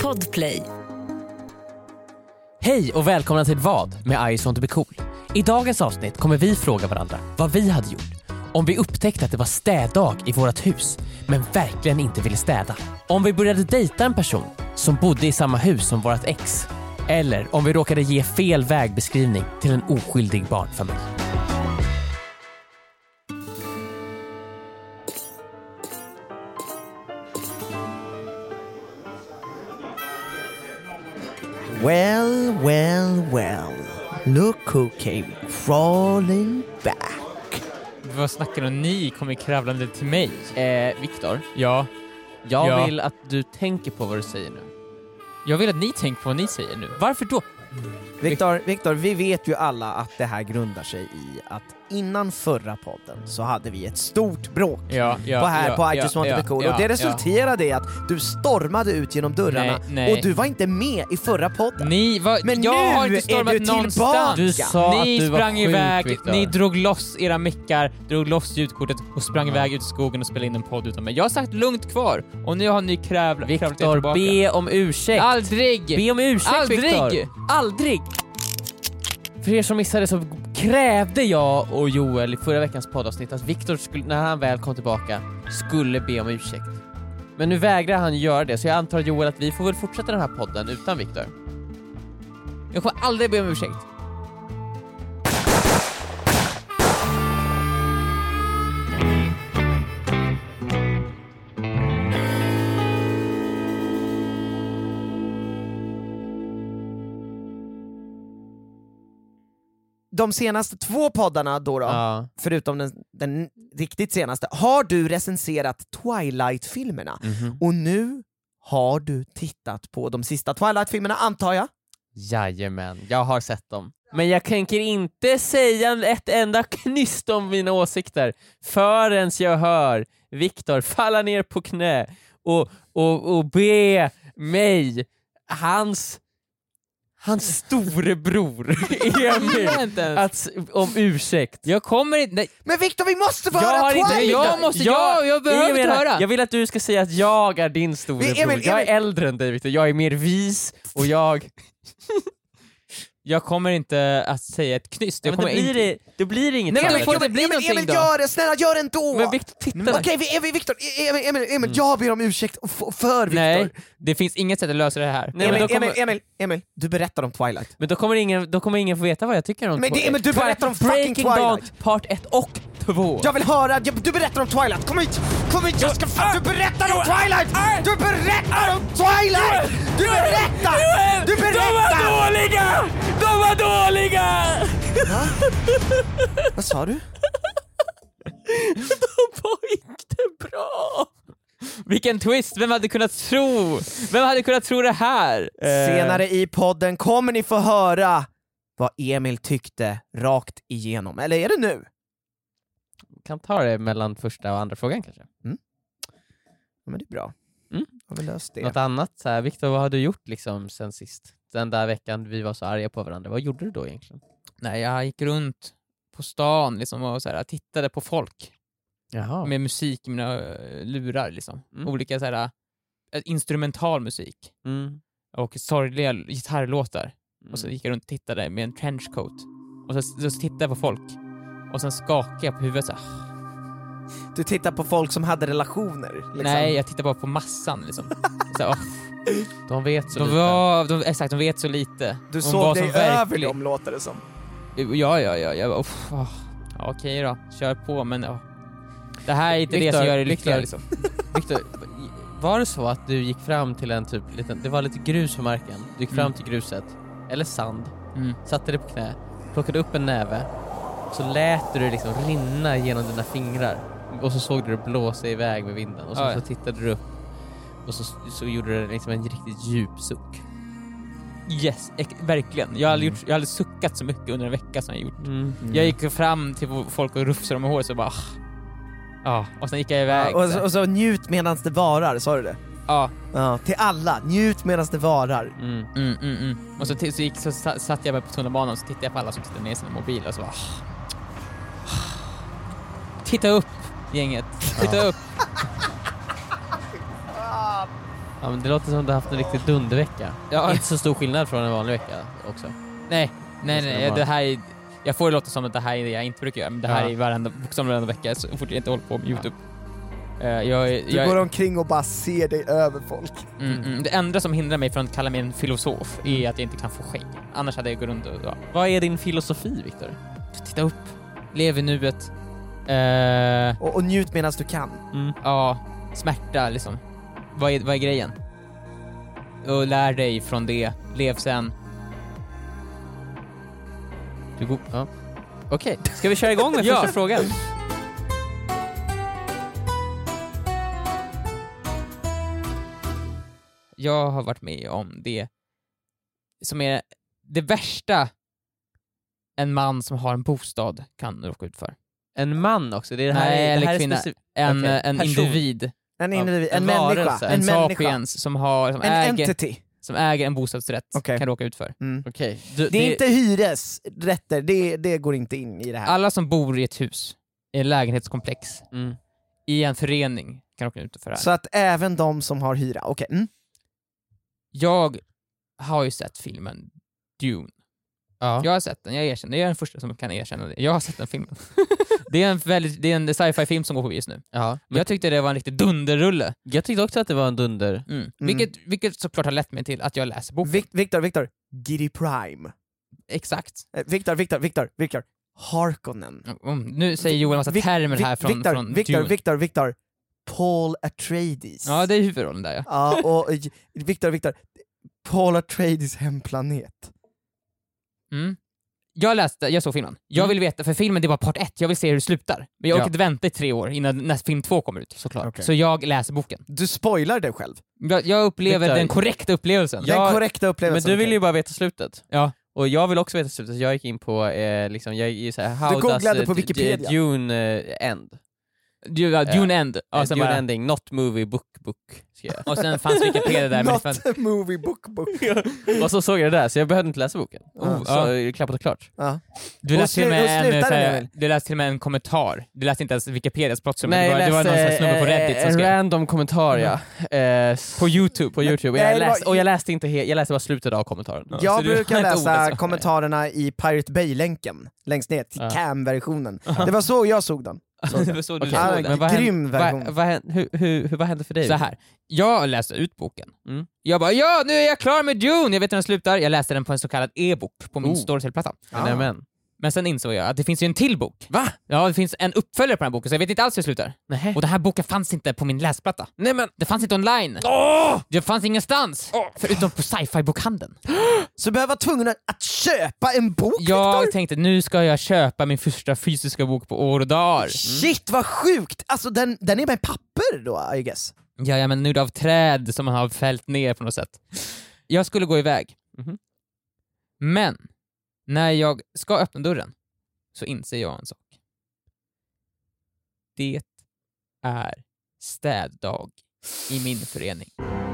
Podplay. Hej och välkomna till Vad med I Want to be cool. I dagens avsnitt kommer vi fråga varandra vad vi hade gjort om vi upptäckte att det var städdag i vårt hus men verkligen inte ville städa. Om vi började dejta en person som bodde i samma hus som vårt ex. Eller om vi råkade ge fel vägbeskrivning till en oskyldig barnfamilj. Well, well, well. Look who came crawling back. Vad snackar du? Ni kommer kravlande till mig. Viktor, Ja. jag vill att du tänker på vad du säger nu. Jag vill att ni tänker på vad ni säger nu. Varför då? Viktor, vi vet ju alla att det här grundar sig i att innan förra podden så hade vi ett stort bråk på I Just Want to be cool. Och det resulterade i att du stormade ut genom dörrarna. Nej. Och du var inte med i förra podden. Men jag har inte stormat är du någonstans. Du sa ni att du var sprang sjuk, iväg, Victor. ni drog loss era mickar, drog loss ljudkortet och sprang iväg ut i skogen och spelade in en podd utan mig. Jag har sagt lugnt kvar och nu har ni kravlat Viktor, tillbaka. be om ursäkt. Aldrig! Be om ursäkt, Aldrig! Viktor. Aldrig! För er som missade så krävde jag och Joel i förra veckans poddavsnitt att Viktor skulle, när han väl kom tillbaka, skulle be om ursäkt. Men nu vägrar han göra det, så jag antar, Joel, att vi får väl fortsätta den här podden utan Viktor. Jag kommer aldrig be om ursäkt. De senaste 2 poddarna då, Ja. förutom den riktigt senaste, har du recenserat Twilight-filmerna. Och nu har du tittat på de sista Twilight-filmerna, antar jag? Jajamän, jag har sett dem. Men jag tänker inte säga ett enda knyst om mina åsikter förrän jag hör Viktor falla ner på knä och be mig, hans storebror Emil om ursäkt. Jag kommer inte... Nej. Men Viktor, vi måste få höra Twilight! Jag behöver inte höra. Jag vill att du ska säga att jag är din storebror. Emil. Jag är äldre än dig, Victor. Jag är mer vis och jag... Jag kommer inte att säga ett knyst. Då blir det inget. Nej, men Twilight. får inte bli någonting Emil, då. gör det! Snälla, gör det ändå! Men Victor, titta. Okej, Viktor, Emil, jag ber om ursäkt för Viktor. Nej, det finns inget sätt att lösa det här. Nej, men då kommer... Emil, du berättar om Twilight. Men då kommer ingen få veta vad jag tycker om Men Emil, du berättar om fucking Breaking Dawn, Twilight. part 1 och 2. Jag vill höra, du berättar om Twilight. Kom hit, jag ska du berättar om Twilight! Du berättar om Twilight! Du berättar! De var dåliga! Vad sa du? De var inte bra. Vilken twist, vem hade kunnat tro det här? Senare i podden kommer ni få höra vad Emil tyckte rakt igenom. Eller är det nu? Kan ta det mellan första och andra frågan kanske. Ja, men det är bra. Har vi löst det? Något annat så här, Victor, vad har du gjort liksom sen sist? Den där veckan vi var så arga på varandra. Vad gjorde du då egentligen? Nej, jag gick runt på stan liksom, och så här, tittade på folk. Jaha. Med musik i mina lurar liksom. Olika så här, instrumental musik. Och sorgliga gitarrlåtar. Och så gick jag runt och tittade med en trenchcoat. Och så tittade jag på folk. Och sen skakade jag på huvudet så här. Du tittar på folk som hade relationer liksom. Nej, jag tittar bara på massan liksom. Så här, De vet så lite. Exakt, de vet så lite. Du om såg vad dig som över verkligen... dem, låter det som. Ja, ja, okej då, kör på, men det här är inte Victor, det som gör det lyckliga liksom. Victor, var det så att du gick fram till en typ liten, det var lite grus på marken, du gick fram till gruset, eller sand, satte dig på knä, plockade upp en näve, så lät du det liksom rinna genom dina fingrar, och så såg du det blåsa iväg med vinden, och så tittade du upp, och så gjorde det liksom en riktigt djup suck. Yes, verkligen. Jag har aldrig suckat så mycket under en vecka som jag gjort. Jag gick fram till folk och rufsade dem i håret så bara... och sen gick jag iväg. Och så njut medans det varar, sa du det? Ja. Till alla, njut medans det varar. Och så satt jag på tunnelbanan och så tittade jag på alla som tittade ner sina mobiler och så bara... Titta upp, gänget. Titta upp. Ja, men det låter som att du har haft en riktig dundervecka. Ja. Inte så stor skillnad från en vanlig vecka också. Nej, det här jag får det låta som att det här är det jag inte brukar göra, men det här är varenda vecka så fort jag inte håller på med YouTube. Du går omkring och bara ser dig över folk. Det enda som hindrar mig från att kalla mig en filosof är att jag inte kan få skägg. Annars hade jag gått runt och... Vad är din filosofi, Viktor? Titta upp, lev i nuet. Och njut medan du kan. Ja, smärta liksom. Vad är grejen? Och lär dig från det. Lev sen. Ja. Okej, ska vi köra igång med första frågan? Jag har varit med om det som är det värsta en man som har en bostad kan råka ut för. En man också? Det är det här, nej, eller här kvinna. En individ. En människa. En sapiens som entity. Som äger en bostadsrätt kan råka ut för. Okay. Det är inte hyresrätter, det går inte in i det här. Alla som bor i ett hus, i en lägenhetskomplex, i en förening kan råka ut för det här. Så att även de som har hyra, Jag har ju sett filmen Dune. Ja. Jag har sett den, jag erkänner. Jag är den första som kan erkänna det. Jag har sett den filmen. det är en sci-fi film som går på just nu. Ja. Jag tyckte det var en riktig dunderrulle. Jag tyckte också att det var en dunder. Vilket såklart har lett mig till att jag läser boken. Victor, Giddy Prime. Exakt. Victor. Harkonnen. Nu säger Joel en massa termer här från Dune. Victor. Paul Atreides. Ja, det är huvudrollen där. Ja, och Victor. Paul Atreides hemplanet. Jag såg filmen. Jag vill veta, för filmen det var part 1. Jag vill se hur det slutar. Men jag orkar inte vänta i 3 år innan nästa film 2 kommer ut. Såklart. Okay. Så jag läser boken. Du spoilar dig själv. Jag upplever den korrekta upplevelsen. Men du vill ju bara veta slutet. Ja. Och jag vill också veta slutet. Jag gick in på du googlade på Wikipedia. Dune end. Dune end. Dune ending, not movie book. Och sen fanns Wikipedia där. Not movie book. Och så såg jag det där, så jag behövde inte läsa boken. Så klappat och klart. Du läste till och med en kommentar. Du läste inte ens Wikipedias plott. Nej, det var någon snubbe på Reddit som skrev. En random kommentar, på YouTube. Jag läste inte jag läste bara slutet av kommentaren. Jag brukar läsa kommentarerna i Pirate Bay-länken. Längst ner till Cam-versionen. Det var så jag såg den. Grym version. Vad hände för dig? Så här. Jag läste ut boken. Jag bara, nu är jag klar med Dune. Jag vet hur den slutar. Jag läste den på en så kallad e-bok på min Storytel-platta. Men sen insåg jag att det finns ju en till bok. Va? Ja, det finns en uppföljare på den här boken, så jag vet inte alls hur det slutar. Nähe. Och den här boken fanns inte på min läsplatta. Nej, men det fanns inte online. Det fanns ingenstans. Förutom på sci-fi-bokhandeln. Så du var tvungen att köpa en bok, Jag Victor? tänkte, nu ska jag köpa min första fysiska bok på år och dagar. Shit, vad sjukt! Alltså den är med papper då, I guess. Ja, men nu av träd som man har fällt ner på något sätt. Jag skulle gå iväg. Men när jag ska öppna dörren så inser jag en sak. Det är städdag i min förening.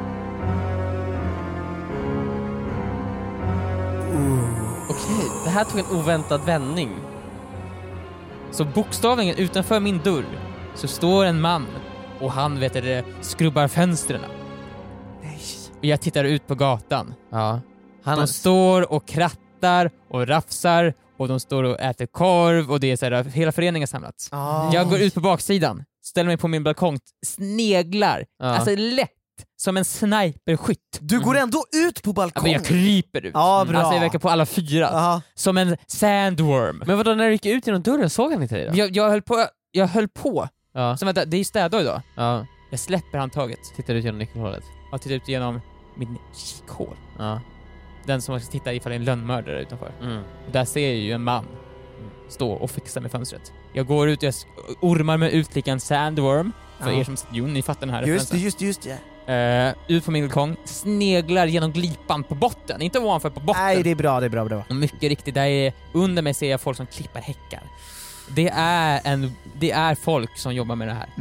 Okej, det här tog en oväntad vändning. Så bokstavligen utanför min dörr så står en man och han skrubbar fönstren. Och jag tittar ut på gatan. Ja. De står och krattar och rafsar och de står och äter korv och det är så här, hela föreningen samlats. Jag går ut på baksidan, ställer mig på min balkong, sneglar, alltså lätt som en sniperskytt. Du går ändå ut på balkongen? Men jag kryper ut. Ja, bra. Alltså jag verkar på alla 4. Som en sandworm. Men vadå, när du gick ut genom dörren såg han inte dig då? Jag höll på. Som att det är städdag idag. Ja. Jag släpper handtaget. Tittar ut genom nyckelhålet. Jag tittar ut genom min kikhål. Den som ska titta ifall det är en lönnmördare utanför. Och där ser jag ju en man stå och fixa med fönstret. Jag går ut, jag ormar mig ut lika en sandworm. För er som sett ni fattar den här referensen. Just ut på min balkong, sneglar genom glipan på botten. Inte ovanför, på botten. Nej, det är bra. Och mycket riktigt, under mig ser jag folk som klippar häckar. Det är folk som jobbar med det här.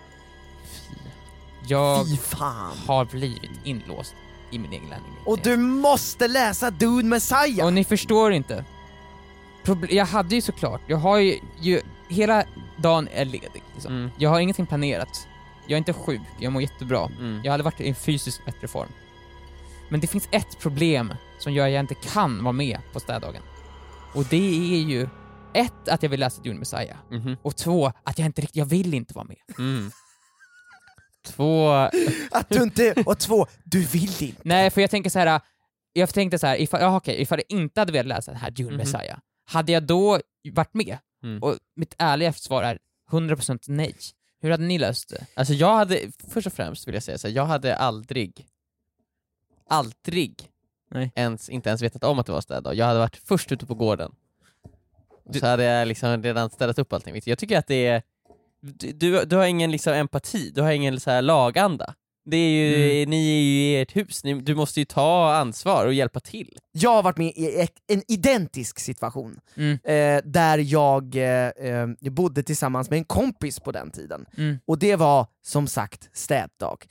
Jag har blivit inlåst i min egen lägenhet. Och du måste läsa Dune Messiah. Och ni förstår inte. Jag hade ju såklart, jag har ju hela dagen är ledig liksom. Jag har ingenting planerat. Jag är inte sjuk, jag mår jättebra. Jag hade varit i en fysiskt bättre form. Men det finns ett problem som gör att jag inte kan vara med på städdagen. Och det är ju 1, att jag vill läsa Dune Messiah. Och 2, att jag vill inte vara med. 2 att du inte, och 2, du vill inte. Nej, för jag tänkte så här, ifall jag inte hade velat läsa den här Dune Messiah, hade jag då varit med? Och mitt ärliga svar är 100% nej. Hur hade ni löst det? Alltså jag hade, först och främst vill jag säga så här, jag hade aldrig inte ens vetat om att det var städdag. Jag hade varit först ute på gården. Så hade jag liksom redan städat upp allting. Jag tycker att det är du har ingen liksom empati, du har ingen så här laganda. Det är ju, ni är ju i ert hus, du måste ju ta ansvar och hjälpa till. Jag har varit med i en identisk situation där jag bodde tillsammans med en kompis på den tiden. Och det var som sagt städdag.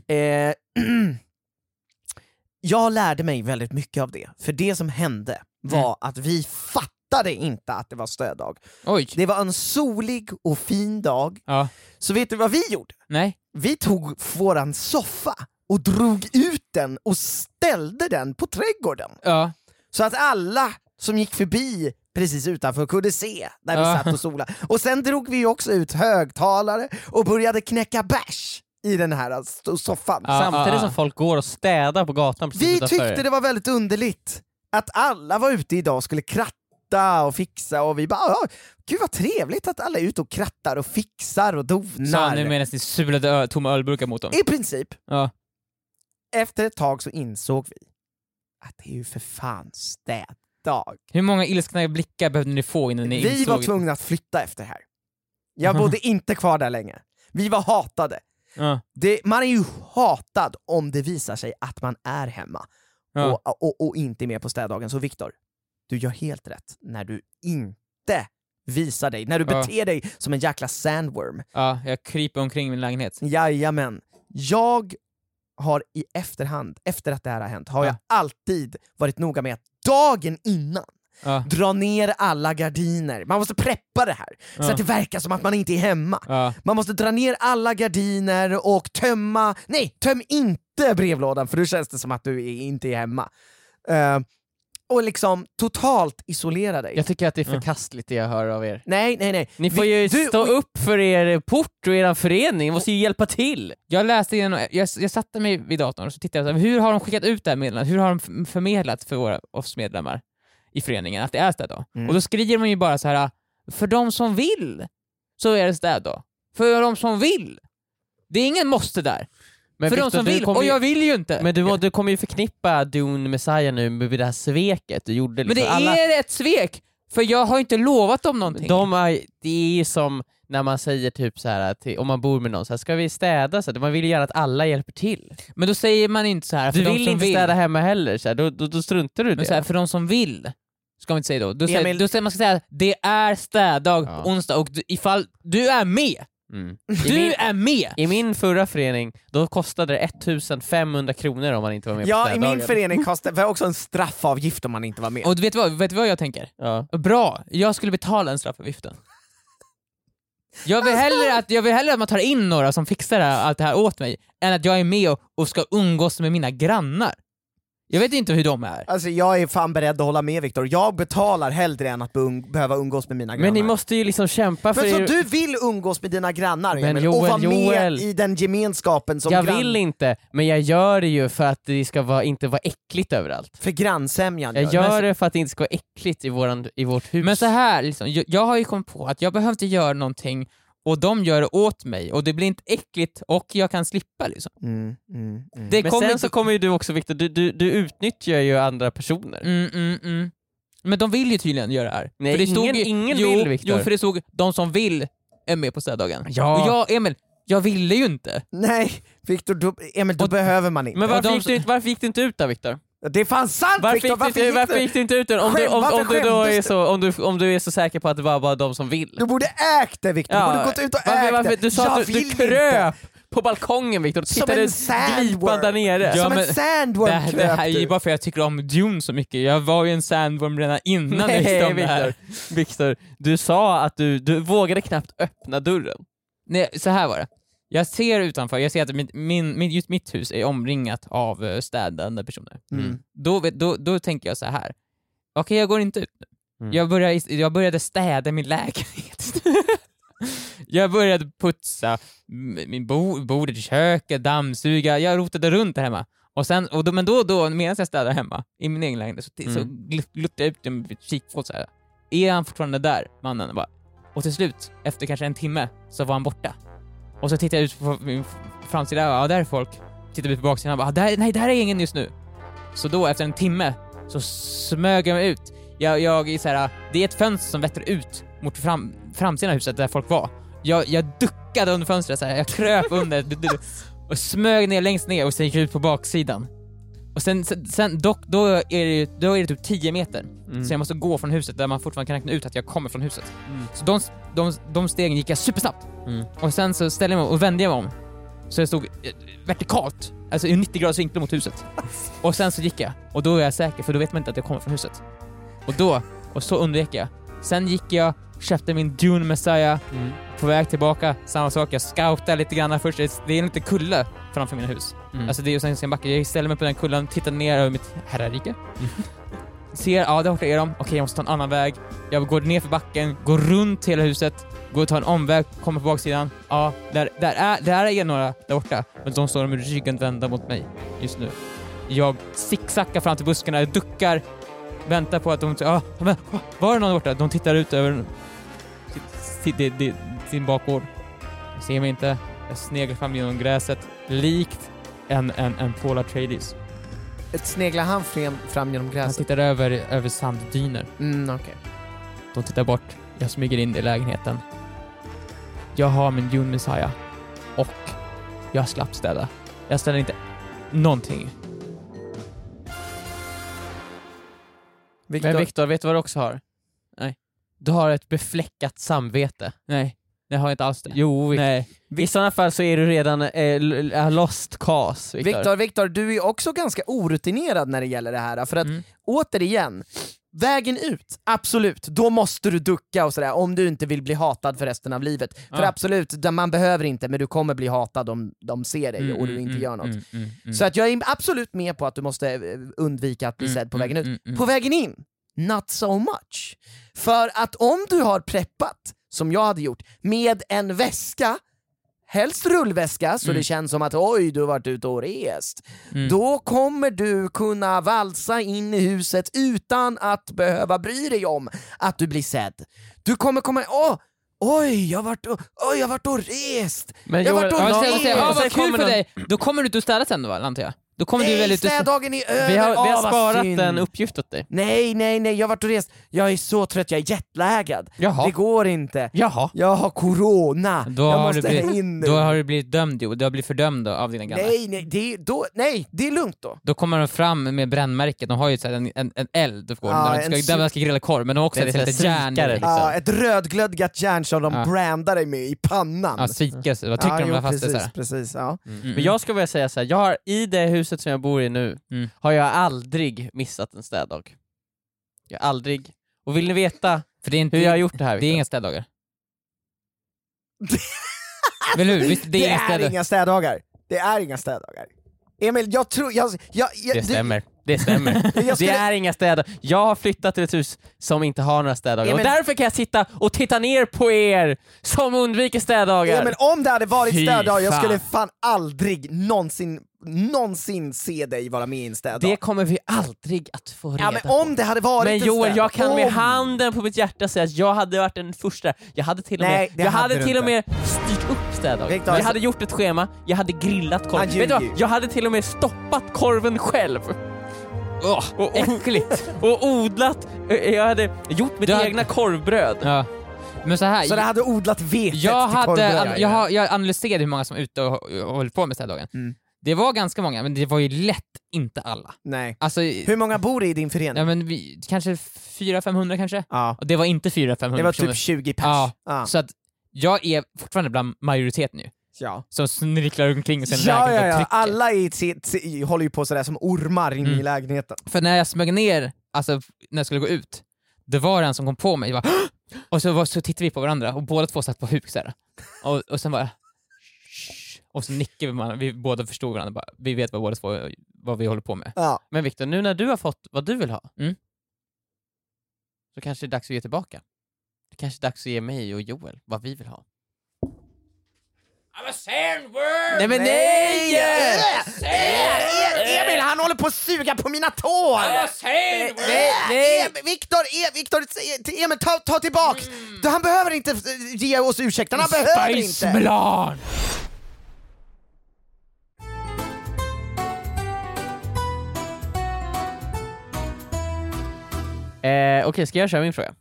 Jag lärde mig väldigt mycket av det. För det som hände var att vi fattade inte att det var stöddag. Oj. Det var en solig och fin dag. Ja. Så vet du vad vi gjorde? Nej. Vi tog våran soffa och drog ut den och ställde den på trädgården. Ja. Så att alla som gick förbi precis utanför kunde se där vi satt och sola. Och sen drog vi också ut högtalare och började knäcka bärs i den här soffan. Samtidigt som folk går och städar på gatan precis vi utanför. tyckte det var väldigt underligt att alla var ute idag och skulle kratta och fixa, och vi bara, gud vad trevligt att alla är ute och krattar och fixar och donar. Så nu menas ni sulade tomma ölburkar mot dem? I princip. Ja. Efter ett tag så insåg vi att det är ju för fan städdag. Hur många ilskna blickar behövde ni få innan ni insåg? Vi var tvungna att flytta efter här. Jag bodde inte kvar där länge. Vi var hatade. Man är ju hatad om det visar sig att man är hemma och inte är med på städdagen. Så Viktor, du gör helt rätt när du inte visar dig, när du beter dig som en jäkla sandworm. Ja, jag kryper omkring min lägenhet. Jajamän. Jag har i efterhand, efter att det här har hänt, har jag alltid varit noga med att dagen innan dra ner alla gardiner. Man måste preppa det här så att det verkar som att man inte är hemma. Man måste dra ner alla gardiner och töm inte brevlådan, för då känns det som att du inte är hemma. Och liksom totalt isolera dig. Jag tycker att det är förkastligt det jag hör av er. Nej. Ni får ju stå upp för er port och er förening. Ni måste ju hjälpa till. Jag läste jag satte mig vid datorn och så tittade jag så här, hur har de skickat ut det här meddelandet? Hur har de förmedlat för oss medlemmar i föreningen att det är städdag? Och då skriver man ju bara så här: för de som vill så är det städdag. För de som vill. Det är ingen måste där. Men för Victor, de som vill, och jag vill ju inte. Men du kommer ju förknippa Dune Messiah nu med det här sveket du gjorde. Men det är ett svek, för jag har inte lovat dem någonting. Det är ju som när man säger typ så här till, om man bor med någon så här, ska vi städa så här, man vill ju gärna att alla hjälper till. Men då säger man inte så här, för du vill inte städa hemma heller så här, då struntar du det. Men så här, för de som vill ska man inte säga då. Då säger man ska säga det är städdag på onsdag, och ifall du är med. Du är med! I min förra förening då kostade det 1500 kronor om man inte var med på städdagen. I min förening kostade det också en straffavgift om man inte var med. Och vet du vad jag tänker? Bra, jag skulle betala en straffavgiften. Jag vill hellre att man tar in några som fixar allt det här åt mig än att jag är med och ska umgås med mina grannar. Jag vet inte hur de är. Alltså jag är fan beredd att hålla med Viktor. Jag betalar hellre än att behöva umgås med mina grannar. Men ni måste ju liksom kämpa för så du vill umgås med dina grannar, men Joel, och vara med i den gemenskapen som jag vill inte, men jag gör det ju för att det ska inte vara äckligt överallt. För grannsämjan. Jag gör det för att det inte ska vara äckligt i vårt hus. Men så här liksom, jag har ju kommit på att jag behöver inte göra någonting och de gör det åt mig och det blir inte äckligt och jag kan slippa liksom. Men sen så kommer ju du också, Victor, du utnyttjar ju andra personer. Men de vill ju tydligen göra det här. Nej, för det stod ingen vill, Victor. Jo, för det stod de som vill är med på städdagen. Ja. Och jag ville ju inte. Nej, Victor, då behöver man inte. Men varför gick du inte ut där, Victor? Det är fan sant, Victor! Varför gick du inte ut där? Om du är så säker på att det var bara de som vill. Du borde ägt det, Victor. Du borde gått ut och ägt det. Du sa att du kröp på balkongen, Victor. Tittade glipad där nere. Som en sandworm kröp. Det här är ju bara för att jag tycker om Dune så mycket. Jag var ju en sandworm redan innan jag visste om det här. Victor, du sa att du vågade knappt öppna dörren. Nej, så här var det. Jag ser utanför, jag ser att just mitt hus är omringat av städande personer. Då tänker jag så här. Okej, jag går inte ut nu. Jag började städa min lägenhet. Jag började putsa min bordet i köket, dammsuga. Jag rotade runt där hemma. Men då medan jag städade hemma i min egen lägenhet så luktade jag ut en kikfåt så här. Är han fortfarande där, mannen? Och till slut, efter kanske en timme, så var han borta. Och så tittade jag ut på min framsida. Ja, där är folk. Tittade ut på baksidan och bara, nej, där är ingen just nu. Så då, efter en timme, så smög jag mig ut. Jag är så här, det är ett fönster som vetter ut mot framsidan av huset där folk var. Jag duckade under fönstret så här. Jag kröp under och smög ner längst ner och sen gick ut på baksidan. Och sen då är det typ 10 meter. Så jag måste gå från huset där man fortfarande kan räkna ut att jag kommer från huset. Så de stegen gick jag supersnabbt. Och sen så ställde jag mig och vände jag mig om. Så jag stod vertikalt, alltså i 90 graders vinkel mot huset. Och sen så gick jag. Och då är jag säker, för då vet man inte att jag kommer från huset. Och så undvek jag. Sen gick jag, köpte min Dune Messiah. På väg tillbaka, samma sak. Jag scoutade lite grann först. Det är en liten kulle framför mina hus. Alltså det är ju en backe. Jag ställer mig på den kullen, tittar ner över mitt herrarike. Ser, där borta är de. Okej, jag måste ta en annan väg. Jag går ner för backen, går runt hela huset, går och tar en omväg, kommer på baksidan. Ja, där är några där borta. Men de står med ryggen vända mot mig just nu. Jag zigzackar fram till buskarna, jag duckar, väntar på att de... men var är någon borta? De tittar ut över sin bakgård. Jag ser mig inte. Jag sneglar fram genom gräset, likt en Paul Atreides. Sneglar han fram genom gräset? Han tittar över sanddyner. Okej. De tittar bort. Jag smyger in i lägenheten. Jag har min Dune Messiah. Och jag slapp städa. Jag ställer inte någonting. Men Victor, vet du vad du också har? Nej. Du har ett befläckat samvete. Nej, det har jag inte alls det. Jo, nej. I sådana fall så är du redan lost cause, Victor, du är också ganska orutinerad när det gäller det här. För att, återigen, vägen ut, absolut, då måste du ducka och sådär, om du inte vill bli hatad för resten av livet. För absolut, man behöver inte, men du kommer bli hatad om de ser dig och du inte gör något. Så att jag är absolut med på att du måste undvika att bli sedd på vägen ut. På vägen in, not so much. För att om du har preppat, som jag hade gjort, med en väska, helst rullväska, så det känns som att oj, du har varit ute och rest. Då kommer du kunna valsa in i huset utan att behöva bry dig om att du blir sedd. Du kommer komma, oj, jag har varit och rest. Men vad kul för dig. Då kommer du inte att städa sen då, antar jag. Då kommer du väldigt... städdagen är över. Vi har sparat en uppgift åt dig. Nej, jag har varit och rest. Jag är så trött, jag är jetlaggad. Det går inte. Jaha. Jag har corona. Då har du blivit dömd, du har blivit fördömd av dina gamla. Nej, det är lugnt då. Då kommer de fram med brännmärket. De har ju en eld där man ska grilla korv, men de har också ett litet järn. Liksom. Ett rödglödgat järn som de brandar dig med i pannan. Ja, svikas. Vad tycker de fast det så här? Precis, ja. Men jag ska väl säga så här, jag har i det huset som jag bor i nu har jag aldrig missat en städdag. Jag aldrig. Och vill ni veta hur jag har gjort det här? Det är inga städdagar. Väl hur? Visst, det är inga städdagar. Det är inga städdagar. Emil, jag tror... Det stämmer. Det stämmer. Det är inga städdagar. Jag har flyttat till ett hus som inte har några städdagar. Och därför kan jag sitta och titta ner på er som undviker städdagar. Men om det hade varit städdagar, jag skulle fan aldrig någonsin se dig vara med i en städdag. Det kommer vi aldrig att få reda men om det hade varit en Joel, jag kan med handen på mitt hjärta säga att jag hade varit den första. Jag hade till och med styrt upp städdagar. Jag hade gjort ett schema, jag hade grillat korv. Vet du vad? Jag hade till och med stoppat korven själv. Och äckligt. Och odlat. Jag hade gjort mitt egna korvbröd. Ja. Men så här, det hade odlat vetet till korvbröd. Jag analyserade hur många som är ute och håller på med städdagen. Det var ganska många, men det var ju lätt inte alla. Nej. Alltså, hur många bor i din förening? Ja, men kanske 400-500 kanske. Ja. Och det var inte 400-500. Det var typ 20 pers. Ja. Så att jag är fortfarande bland majoriteten nu. Ja. Som snirklar omkring och sen alla håller ju på sådär som ormar in i lägenheten. För när jag smög ner, alltså när jag skulle gå ut, det var en som kom på mig och så tittade vi på varandra och båda två satt på huk såhär. Och sen bara Och så nickar vi båda förstår varandra. Bara, vi vet vad vi håller på med. Ja. Men Victor, nu när du har fått vad du vill ha, så kanske det är dags att ge tillbaka. Det kanske är dags att ge mig och Joel vad vi vill ha. I'm a sandworm! Nej men nej! Emil, han håller på att suga på mina tår! I'm a sandworm! Nej. Victor, Emil, ta tillbaks! Han behöver inte ge oss ursäkten, han behöver inte! Spice-melon! Okej, ska jag köra min fråga?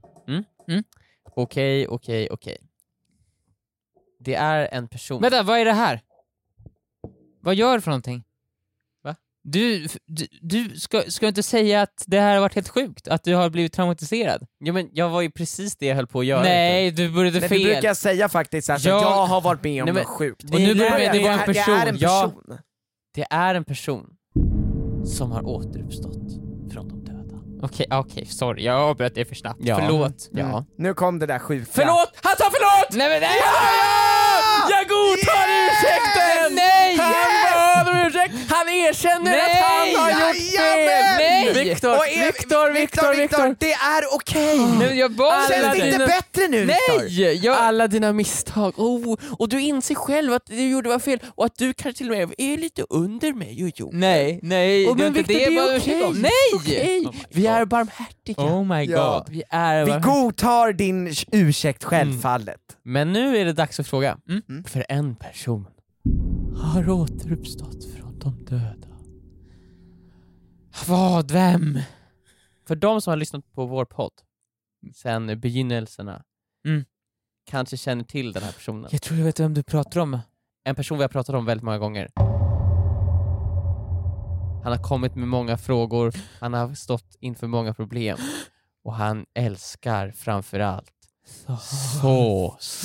Okej. Okej. Det är en person... Vänta, vad är det här? Vad gör du för någonting? Va? Du ska inte säga att det här har varit helt sjukt, att du har blivit traumatiserad. Ja, men jag var ju precis det jag höll på att göra. Nej, du började fel. Du brukar säga faktiskt att jag har varit med om något sjukt. Och nu börjar det vara en person. Det är en person. Det är en person som har återuppstått från de döda. Okej, sorry. Jag avbröt det för snabbt. Ja. Förlåt. Ja. Nu kom det där sjuka. Förlåt! Han sa förlåt! Nej men nej! Jag godtar ursäkten! Nej! Han bad om ursäkt! Han erkänner att han har gjort fel! Nej! Victor! Det är okej! Nej, jag bad Känns det inte bättre nu, Victor? Nej! Alla dina misstag. Och du inser själv att du gjorde var fel och att du kanske till och med är lite under mig och Joel. Nej, det är inte det jag bad ursäkt om. Nej! Vi är barmhärtiga. Oh my god. Ja. Vi Vi godtar din ursäkt självfallet. Men nu är det dags att fråga. För en person har återuppstått från de döda. Vad? Vem? För de som har lyssnat på vår podd sen begynnelserna kanske känner till den här personen. Jag tror jag vet vem du pratar om. En person vi har pratat om väldigt många gånger. Han har kommit med många frågor. Han har stått inför många problem. Och han älskar framförallt sås.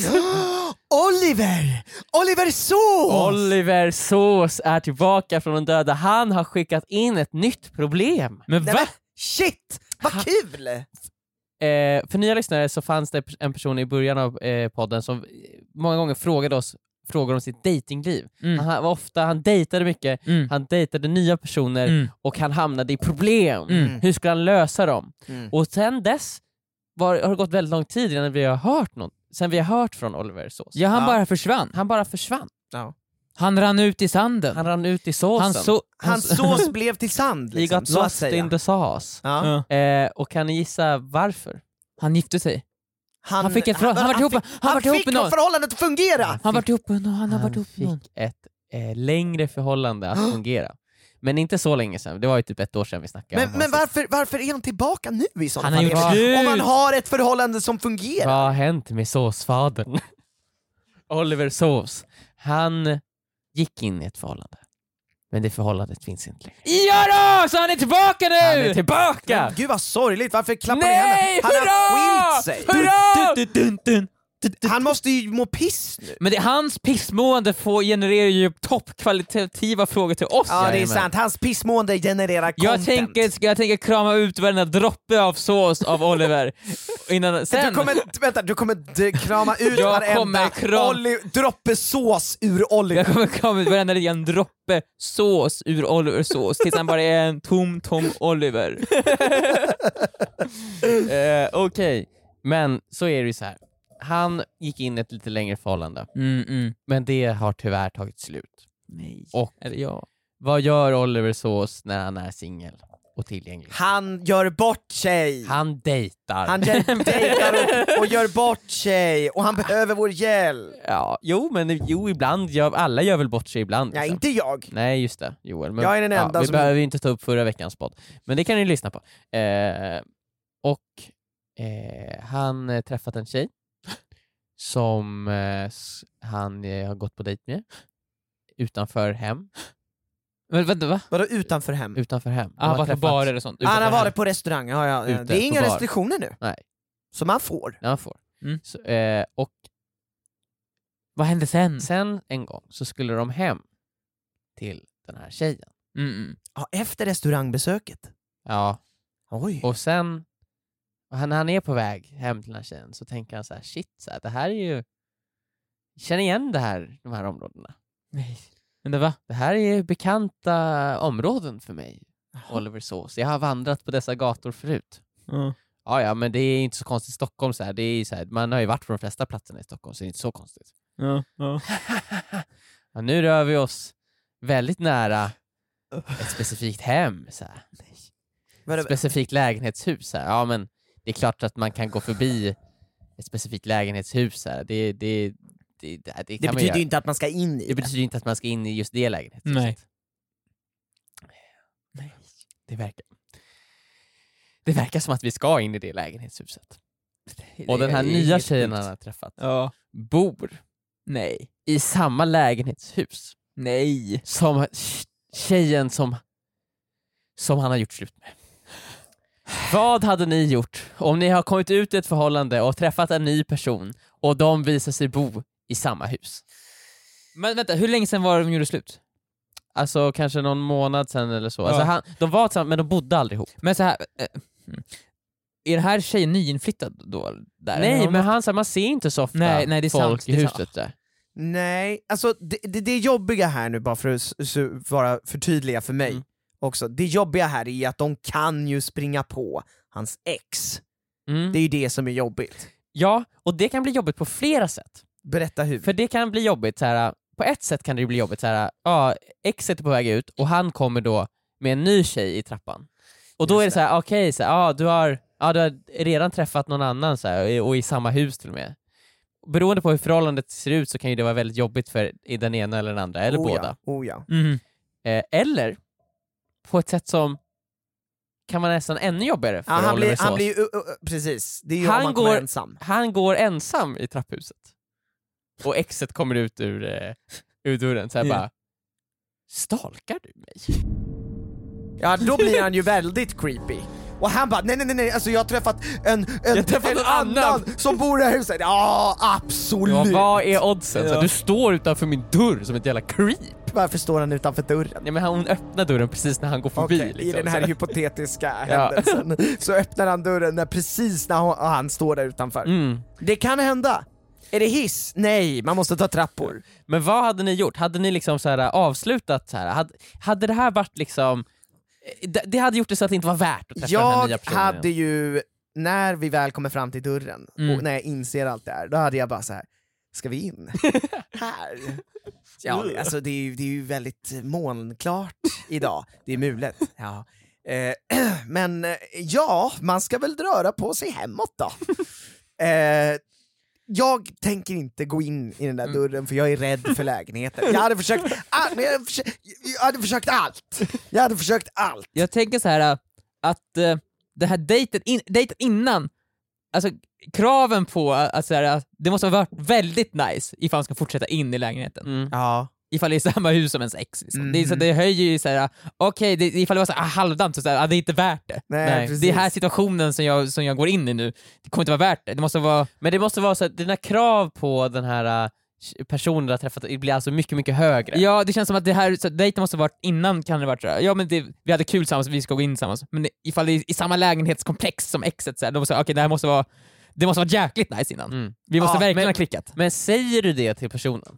Oliver Sås! Oliver Sås är tillbaka från de döda. Han har skickat in ett nytt problem. Men va? Shit, vad kul! För nya lyssnare så fanns det en person i början av podden som många gånger frågade oss frågor om sitt datingliv. Han dejtade mycket, han dejtade nya personer och han hamnade i problem. Hur skulle han lösa dem? Och sen dess har det gått väldigt lång tid innan vi har hört något. Sen vi har hört från Oliver Sås. Ja, han bara försvann. Han bara försvann. Ja. Han rann ut i sanden. Han rann ut i såsen. Hans sås blev till sand. Liksom, he got lost in the sauce. Ja. Och kan ni gissa varför? Han gifte sig. Han fick ett förhållandet att fungera. Han fick ett längre förhållande att fungera. Men inte så länge sedan. Det var ju typ ett år sedan vi snackade. Men varför är han tillbaka nu i sådana fall? Han har gjort om man har ett förhållande som fungerar. Vad har hänt med såsfadern? Oliver Sås. Han gick in i ett förhållande. Men det förhållandet finns inte längre. Ja då! Så han är tillbaka nu! Han är tillbaka! Men, gud vad sorgligt, varför klappar ni henne? Han har skilt sig! Hurra! Han måste ju må piss nu. Men hans pissmående genererar ju toppkvalitativa frågor till oss. Ja, det är sant. Hans pissmående genererar content. Jag tänker krama ut varenda droppe av sås av Oliver. Sen... Du kommer krama ut varenda droppe sås ur Oliver. Jag kommer krama ut varenda liten droppe sås ur Olivers sås tills han bara är en tom Oliver. Okej. Men så är det ju så här. Han gick in i ett lite längre förhållande. Men det har tyvärr tagit slut. Nej. Och vad gör Oliver Sås när han är singel och tillgänglig? Han gör bort sig. Han dejtar. Han dejtar och gör bort sig. Och han behöver vår hjälp. Ja, ibland. Alla gör väl bort sig ibland. Nej, liksom. inte jag. Nej, just det. Joel. Men, jag är den enda vi som... behöver inte ta upp förra veckans podd. Men det kan ni lyssna på. Han träffat en tjej som han har gått på dejt med utanför hem. Men vänta, va? Vadå utanför hem? Utanför hem. Han har varit på bar eller sånt. Han har varit på restaurang. Ja. Det är inga restriktioner nu. Nej. Så man får. Ja, man får. Så, och vad hände sen? Sen en gång så skulle de hem till den här tjejen. Ja, efter restaurangbesöket. Ja. Oj. Och sen han är på väg hem till den här tjejen så tänker han så här, shit, så här, det här är ju, känner igen de här områdena. Nej. Men det här är bekanta områden för mig, Oliver Sås. Jag har vandrat på dessa gator förut. Ja, men det är inte så konstigt i Stockholm. Så här. Det är så här, man har ju varit på de flesta platserna i Stockholm, så det är inte så konstigt. Ja, nu rör vi oss väldigt nära ett specifikt hem. Så här. Ett specifikt lägenhetshus. Så här. Ja, men det är klart att man kan gå förbi ett specifikt lägenhetshus. Här. Det betyder ju inte att man ska in i det. Betyder inte att man ska in i just det lägenhetshuset. Nej. Det verkar som att vi ska in i det lägenhetshuset. Och den här nya tjejen han har träffat bor i samma lägenhetshus som tjejen som han har gjort slut med. Vad hade ni gjort om ni har kommit ut i ett förhållande och träffat en ny person och de visar sig bo i samma hus? Men vänta, hur länge sedan var de gjorde slut? Alltså kanske någon månad sedan eller så. Alltså de var tillsammans, men de bodde aldrig ihop. Men så här, är det här tjejen nyinflyttad då? Där? Nej, men man ser inte så ofta nej, det är folk sant, i huset där. Nej, alltså det jobbiga här nu, bara för att vara förtydliga för mig också. Det jobbiga här är att de kan ju springa på hans ex. Det är ju det som är jobbigt. Ja, och det kan bli jobbigt på flera sätt. Berätta hur. För det kan bli jobbigt så här. På ett sätt kan det bli jobbigt så här. Exet är på väg ut och han kommer då med en ny tjej i trappan. Och då är det så här, okej, du har redan träffat någon annan så här, och i samma hus till och med. Beroende på hur förhållandet ser ut så kan ju det vara väldigt jobbigt för den ena eller den andra, eller båda. Eller på ett sätt som kan vara nästan ännu jobbigare för Oliver Sås. Han blir precis. Det är ju om man kommer ensam. Han går ensam i trapphuset. Och exet kommer ut ur dörren så här bara, stalkar du mig? Ja, då blir han ju väldigt creepy. Och han bara, nej, alltså jag har träffat en annan som bor i det här huset. Ja, absolut. Ja, vad är oddsen? Så du står utanför min dörr som ett jävla creep. Varför står han utanför dörren? Ja, men hon öppnar dörren precis när han går förbi. Liksom, i den här hypotetiska händelsen. Så öppnar han dörren precis när han står där utanför. Det kan hända. Är det hiss? Nej, man måste ta trappor. Men vad hade ni gjort? Hade ni liksom så här avslutat så här? Hade det här varit liksom... Det hade gjort det så att det inte var värt att träffa den här nya personen. Jag hade ju, när vi väl kommer fram till dörren och när jag inser allt det här, då hade jag bara så här: ska vi in? Här? Ja, alltså det är ju väldigt molnklart idag. Det är mulet. Ja. Men ja, man ska väl röra på sig hemåt då. Jag tänker inte gå in i den där dörren för jag är rädd för lägenheten. Jag hade försökt allt. Jag tänker så här att det här dejtet innan, alltså kraven på alltså, det måste ha varit väldigt nice ifall man ska fortsätta in i lägenheten. Ja. Ifall det är samma hus som ens ex liksom. Det höjer ju såhär, okej, ifall det var så halvdant så det är inte värt det. Nej. Det är här situationen som jag går in i nu. Det kommer inte vara värt det. Det måste vara... Men det måste vara så att dina krav på den här personen du har träffat blir alltså mycket, mycket högre. Ja, det känns som att det här så dejten måste ha varit innan, kan det varit så här. Ja, men vi hade kul tillsammans, vi ska gå in tillsammans. Men ifall det är i samma lägenhetskomplex som exet så här, då måste det här måste vara jäkligt nice innan. Vi måste verkligen ha klickat. Men säger du det till personen?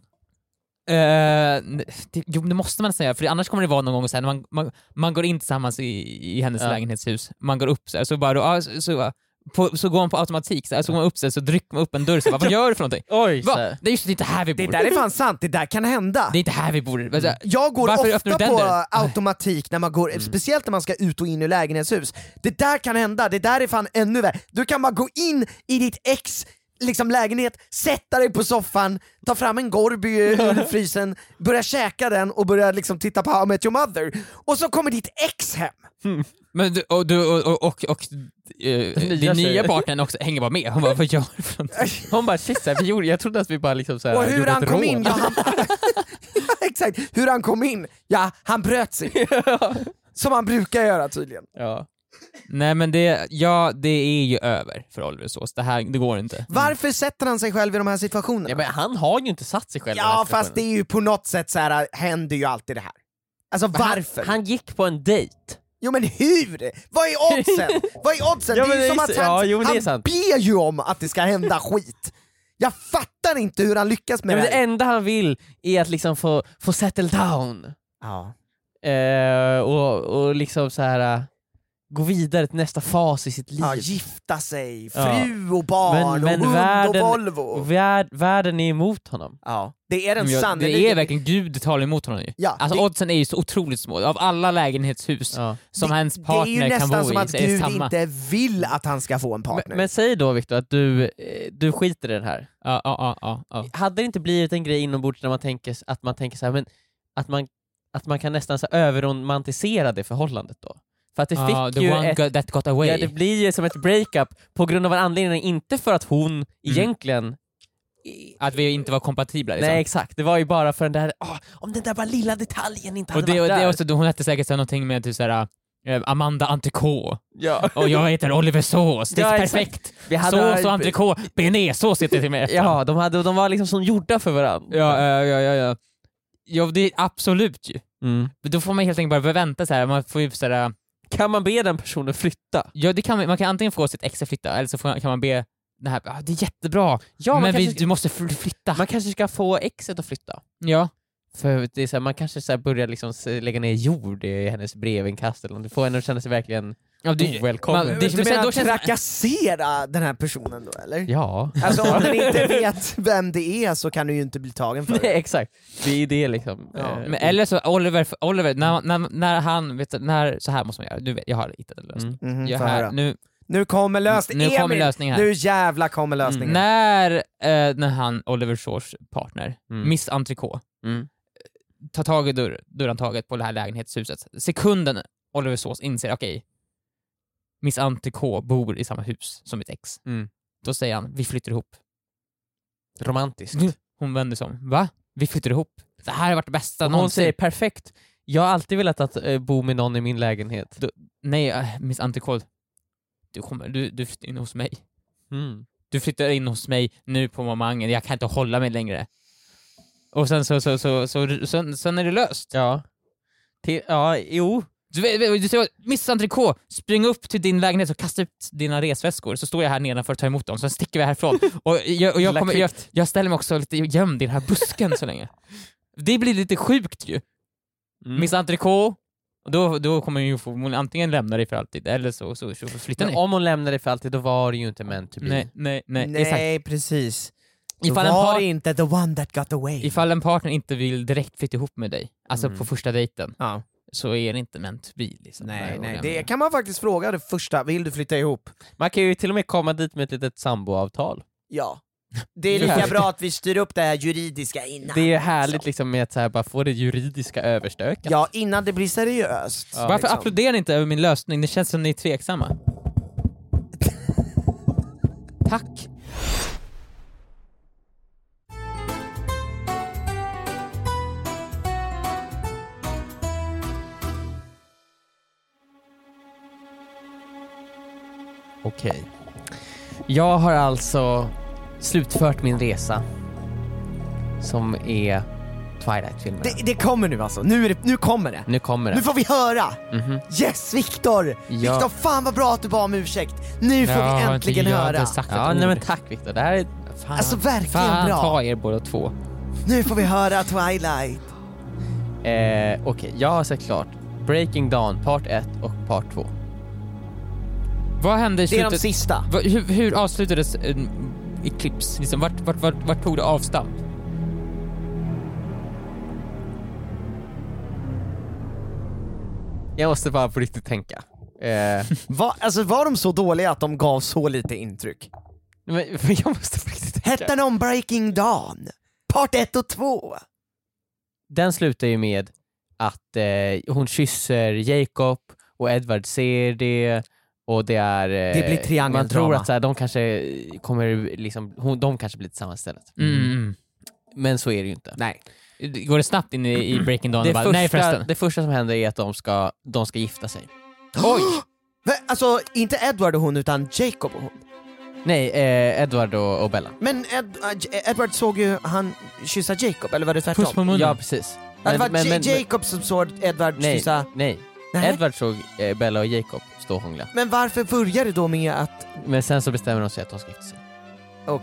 Jo, det måste man säga, för annars kommer det vara någon gång så här, när man går in tillsammans i hennes lägenhetshus, man går upp så här, så bara så går man på automatik så här, så går man upp så trycker man upp en dörr så bara, vad gör du för någonting? Oj, det är just inte här vi bor. Det där är fan sant, det där kan hända. Det är inte här vi bor. Jag går ofta på automatik när man går, speciellt när man ska ut och in i lägenhetshus. Det där kan hända, det där är fan ännu värre. Du kan bara gå in i ditt ex liksom lägenhet, sätta dig på soffan, ta fram en Gorby ur frysen, börja käka den och börja liksom titta på How I Met Your Mother, och så kommer ditt ex hem. Men din nya partner också hänger bara med. Hon bara, vad gör du för någonting? Hon bara, shit, jag trodde att vi bara liksom så här, och hur han kom in, exakt, hur han kom in, han bröt sig. Som han brukar göra tydligen. Ja. Nej, men det är ju över för Oliver Sås. Det går inte. Varför sätter han sig själv i de här situationerna? Ja, men han har ju inte satt sig själv i de här situationerna. Fast det är ju på något sätt så här, händer ju alltid det här. Alltså varför? Han gick på en dejt. Jo, men hur? Vad är oddsen? Ja, det är ju som att han ber ju om att det ska hända skit. Jag fattar inte hur han lyckas med det enda han vill är att liksom få settle down. Ja. Och liksom så här gå vidare till nästa fas i sitt liv. Ja, gifta sig, fru och barn och hund världen, och Volvo. Världen är emot honom. Ja, det är den sanna. Det är verkligen Gud talar emot honom ju. Ja, alltså oddsen är ju så otroligt små. Av alla lägenhetshus som hans partner kan bo i. Det är ju nästan som att Gud inte vill att han ska få en partner. Men säg då Victor att du skiter i den här. Ja. Hade det inte blivit en grej inombords när man tänker så här, men att man kan nästan så överromantisera det förhållandet då? För att det fick ju that got away. Ja, det blir ju som ett breakup på grund av en anledning, inte för att hon egentligen... Att vi inte var kompatibla liksom. Nej exakt, det var ju bara för den där, om den där bara lilla detaljen inte hade varit där. Och det också, hon hette säkert någonting med typ såhär Amanda Entrecote. Ja. Och jag heter Oliver Sås. Det är perfekt. Sås och Entrecote. Bearnaisesås heter det till mig. Ja, de var liksom som gjorda för varandra. Ja, det är absolut ju. Då får man helt enkelt bara vänta så här. Man får ju så här. Kan man be den personen flytta? Ja, det kan man kan antingen få sitt ex att flytta eller så kan man be det här, det är jättebra. Ja, men du måste flytta. Man kanske ska få exet att flytta. Ja. För det är så här, man kanske så här börjar liksom lägga ner jord i hennes brevinkast eller du får henne att känna sig verkligen ovälkommen. Du menar trakassera den här personen då, eller? Ja. Alltså om den inte vet vem det är så kan du ju inte bli tagen för det. Nej, exakt. Det är det liksom. Ja. Men eller så Oliver när han vet när så här måste man göra. Du vet, jag har hittat en lösning. Nu kommer lösningen. Nu kommer lösningen här. Nu jävla kommer lösningen. När han Oliver Shores partner Miss Entrecote tar tag i dörrhandtaget på det här lägenhetshuset. Sekunden Oliver Sås inser okej, Miss Entrecote bor i samma hus som mitt ex. Då säger han, vi flyttar ihop. Romantiskt. Hon vänder sig om. Va? Vi flyttar ihop. Det här har varit det bästa någonsin. Hon säger perfekt. Jag har alltid velat att bo med någon i min lägenhet. Nej, Miss Entrecote. Du flyttar in hos mig. Du flyttar in hos mig nu på momangen. Jag kan inte hålla mig längre. Och sen så är det löst. Ja. Jo. Du säger Miss Entrecote, spring upp till din lägenhet och kasta ut dina resväskor, så står jag här nedanför och tar emot dem, så sticker vi härifrån. och jag ställer mig också lite gömd i den här busken så länge. Det blir lite sjukt ju. Miss Entrecote, då kommer hon ju få antingen lämna dig för alltid eller så flyttar ni. Om hon lämnar dig för alltid, då var det ju inte meant to be. Nej, precis. Ifall var det inte the one that got away. Ifall en partner inte vill direkt flytta ihop med dig, alltså på första dejten, så är det inte meant to be liksom. Nej, det kan man faktiskt fråga det första, vill du flytta ihop? Man kan ju till och med komma dit med ett litet samboavtal. Ja. Det är lika bra att vi styr upp det här juridiska innan. Det är härligt liksom med att så här, bara få det juridiska överstökat. Ja, innan det blir seriöst. Ja, varför applåderar ni inte över min lösning? Det känns som ni är tveksamma. Tack. Okej. Jag har alltså slutfört min resa som är Twilight-filmen. Det kommer nu alltså. Nu kommer det. Nu kommer det. Nu får vi höra. Yes, Victor. Ja. Victor, fan vad bra att du bad om ursäkt. Nu får vi äntligen höra. Nej men tack Victor. Det här är alltså verkligen bra. Ta er båda två. Nu får vi höra Twilight. Okej, jag har sett klart Breaking Dawn part 1 och part 2. Vad hände i slutet? Det är de sista. Hur avslutades Eclipse? Liksom, vart tog det avstamp? Jag måste bara på riktigt tänka. Var de så dåliga att de gav så lite intryck? Men jag måste på riktigt tänka. Hette de Breaking Dawn? Part 1 och 2? Den slutar ju med att hon kysser Jacob och Edward ser det. Och det blir triangeldrama. Man tror att så här, de kanske kommer liksom, de kanske blir tillsammans istället. Men så är det ju inte. Nej. Går det snabbt in i Breaking Dawn? Det första som händer är att de ska gifta sig. Oj! Alltså inte Edward och hon utan Jacob och hon. Nej, Edward och Bella. Men Edward såg ju han kyssa Jacob, eller var det tvärtom? Puss på munnen. Ja, precis. Det var Jacob som såg Edward kyssa... Nej. Edward såg Bella och Jacob stå och hångla. Men varför började det då med att... Men sen så bestämmer de sig att de ska gifta sig. Okej.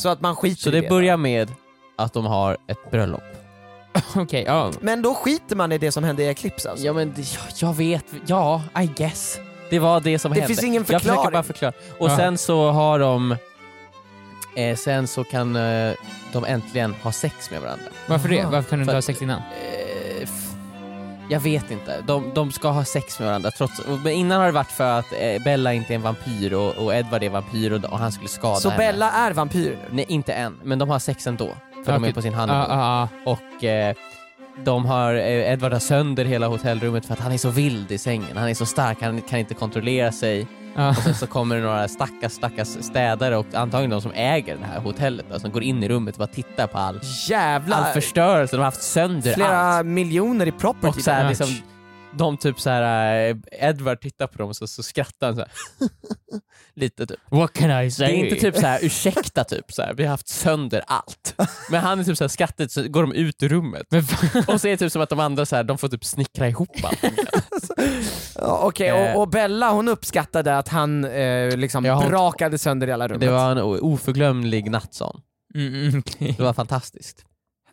Så att man skiter så i det börjar med att de har ett bröllop. Okej, ja. Men då skiter man i det som hände i Eclipse alltså? Ja men jag vet, ja, I guess. Det var det som hände. Det finns ingen förklaring. Jag försöker bara förklara. Och sen så har de sen så kan de äntligen ha sex med varandra. Varför det? Varför kan du inte ha sex innan? Jag vet inte. De ska ha sex med varandra men innan har det varit för att Bella inte är en vampyr och Edward är vampyr och han skulle skada så henne. Bella är vampyr nu? Nej, inte än. Men de har sex ändå. För de är på sin honeymoon. Och de har Edward har sönder hela hotellrummet för att han är så vild i sängen. Han är så stark, han kan inte kontrollera sig. Och sen så kommer det några stackars städare och antagligen de som äger det här hotellet som går in i rummet och bara tittar på all förstörelse. De har haft sönder flera miljoner i property. Och så här, liksom, de typ så här Edward tittar på dem och så skrattar han så här. Lite typ. What can I say? Det är inte typ så här ursäkta typ så här. Vi har haft sönder allt. Men han är typ så här skrattigt så går de ut ur rummet. Och så är det typ som att de andra så här, de får typ snickra ihop allt. Okej, och Bella hon uppskattade att han liksom brakade sönder hela rummet. Det var en oförglömlig nattsång. Okay. Det var fantastiskt.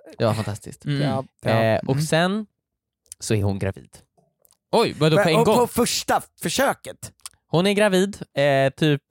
Och sen så är hon gravid. Oj, vadå på en gång? På första försöket? Hon är gravid, typ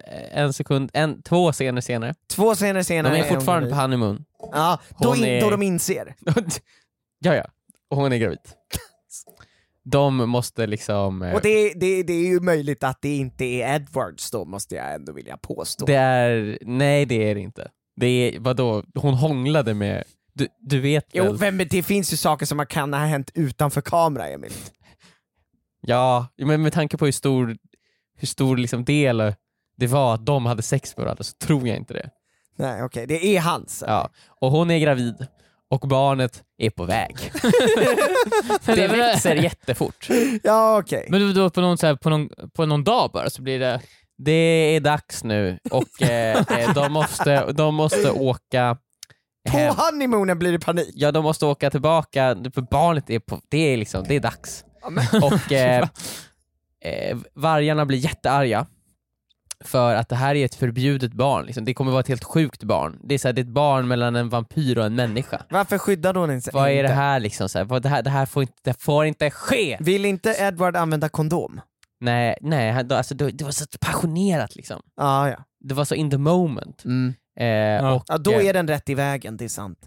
2 scener senare. 2 scener senare. De är fortfarande på honeymoon. Ja, då de inser. ja, och hon är gravid. De måste liksom... Och det är ju möjligt att det inte är Edwards då, måste jag ändå vilja påstå. Nej, det är det inte. Det är, vadå? Hon hånglade med... Du vet väl? Jo, det finns ju saker som kan ha hänt utanför kamera, Emil. Ja, men med tanke på hur stor liksom del det var att de hade sex med varandra så tror jag inte det. Nej, okej. Det är hans. Ja, och hon är gravid och barnet är på väg. Det växer jättefort. Ja, okej. Men då på någon dag bara så blir det... Det är dags nu och de måste åka hem. På honeymoonen blir det panik. Ja, de måste åka tillbaka för barnet är det är dags. Och vargarna blir jättearga för att det här är ett förbjudet barn liksom. Det kommer vara ett helt sjukt barn. Det är så här, det är ett barn mellan en vampyr och en människa. Varför skyddar hon inte? Vad är det här liksom så här, det här får inte ske. Vill inte Edward använda kondom? Nej, alltså det var så passionerat liksom. Ja. Det var så in the moment. Och då är den rätt i vägen, det är sant.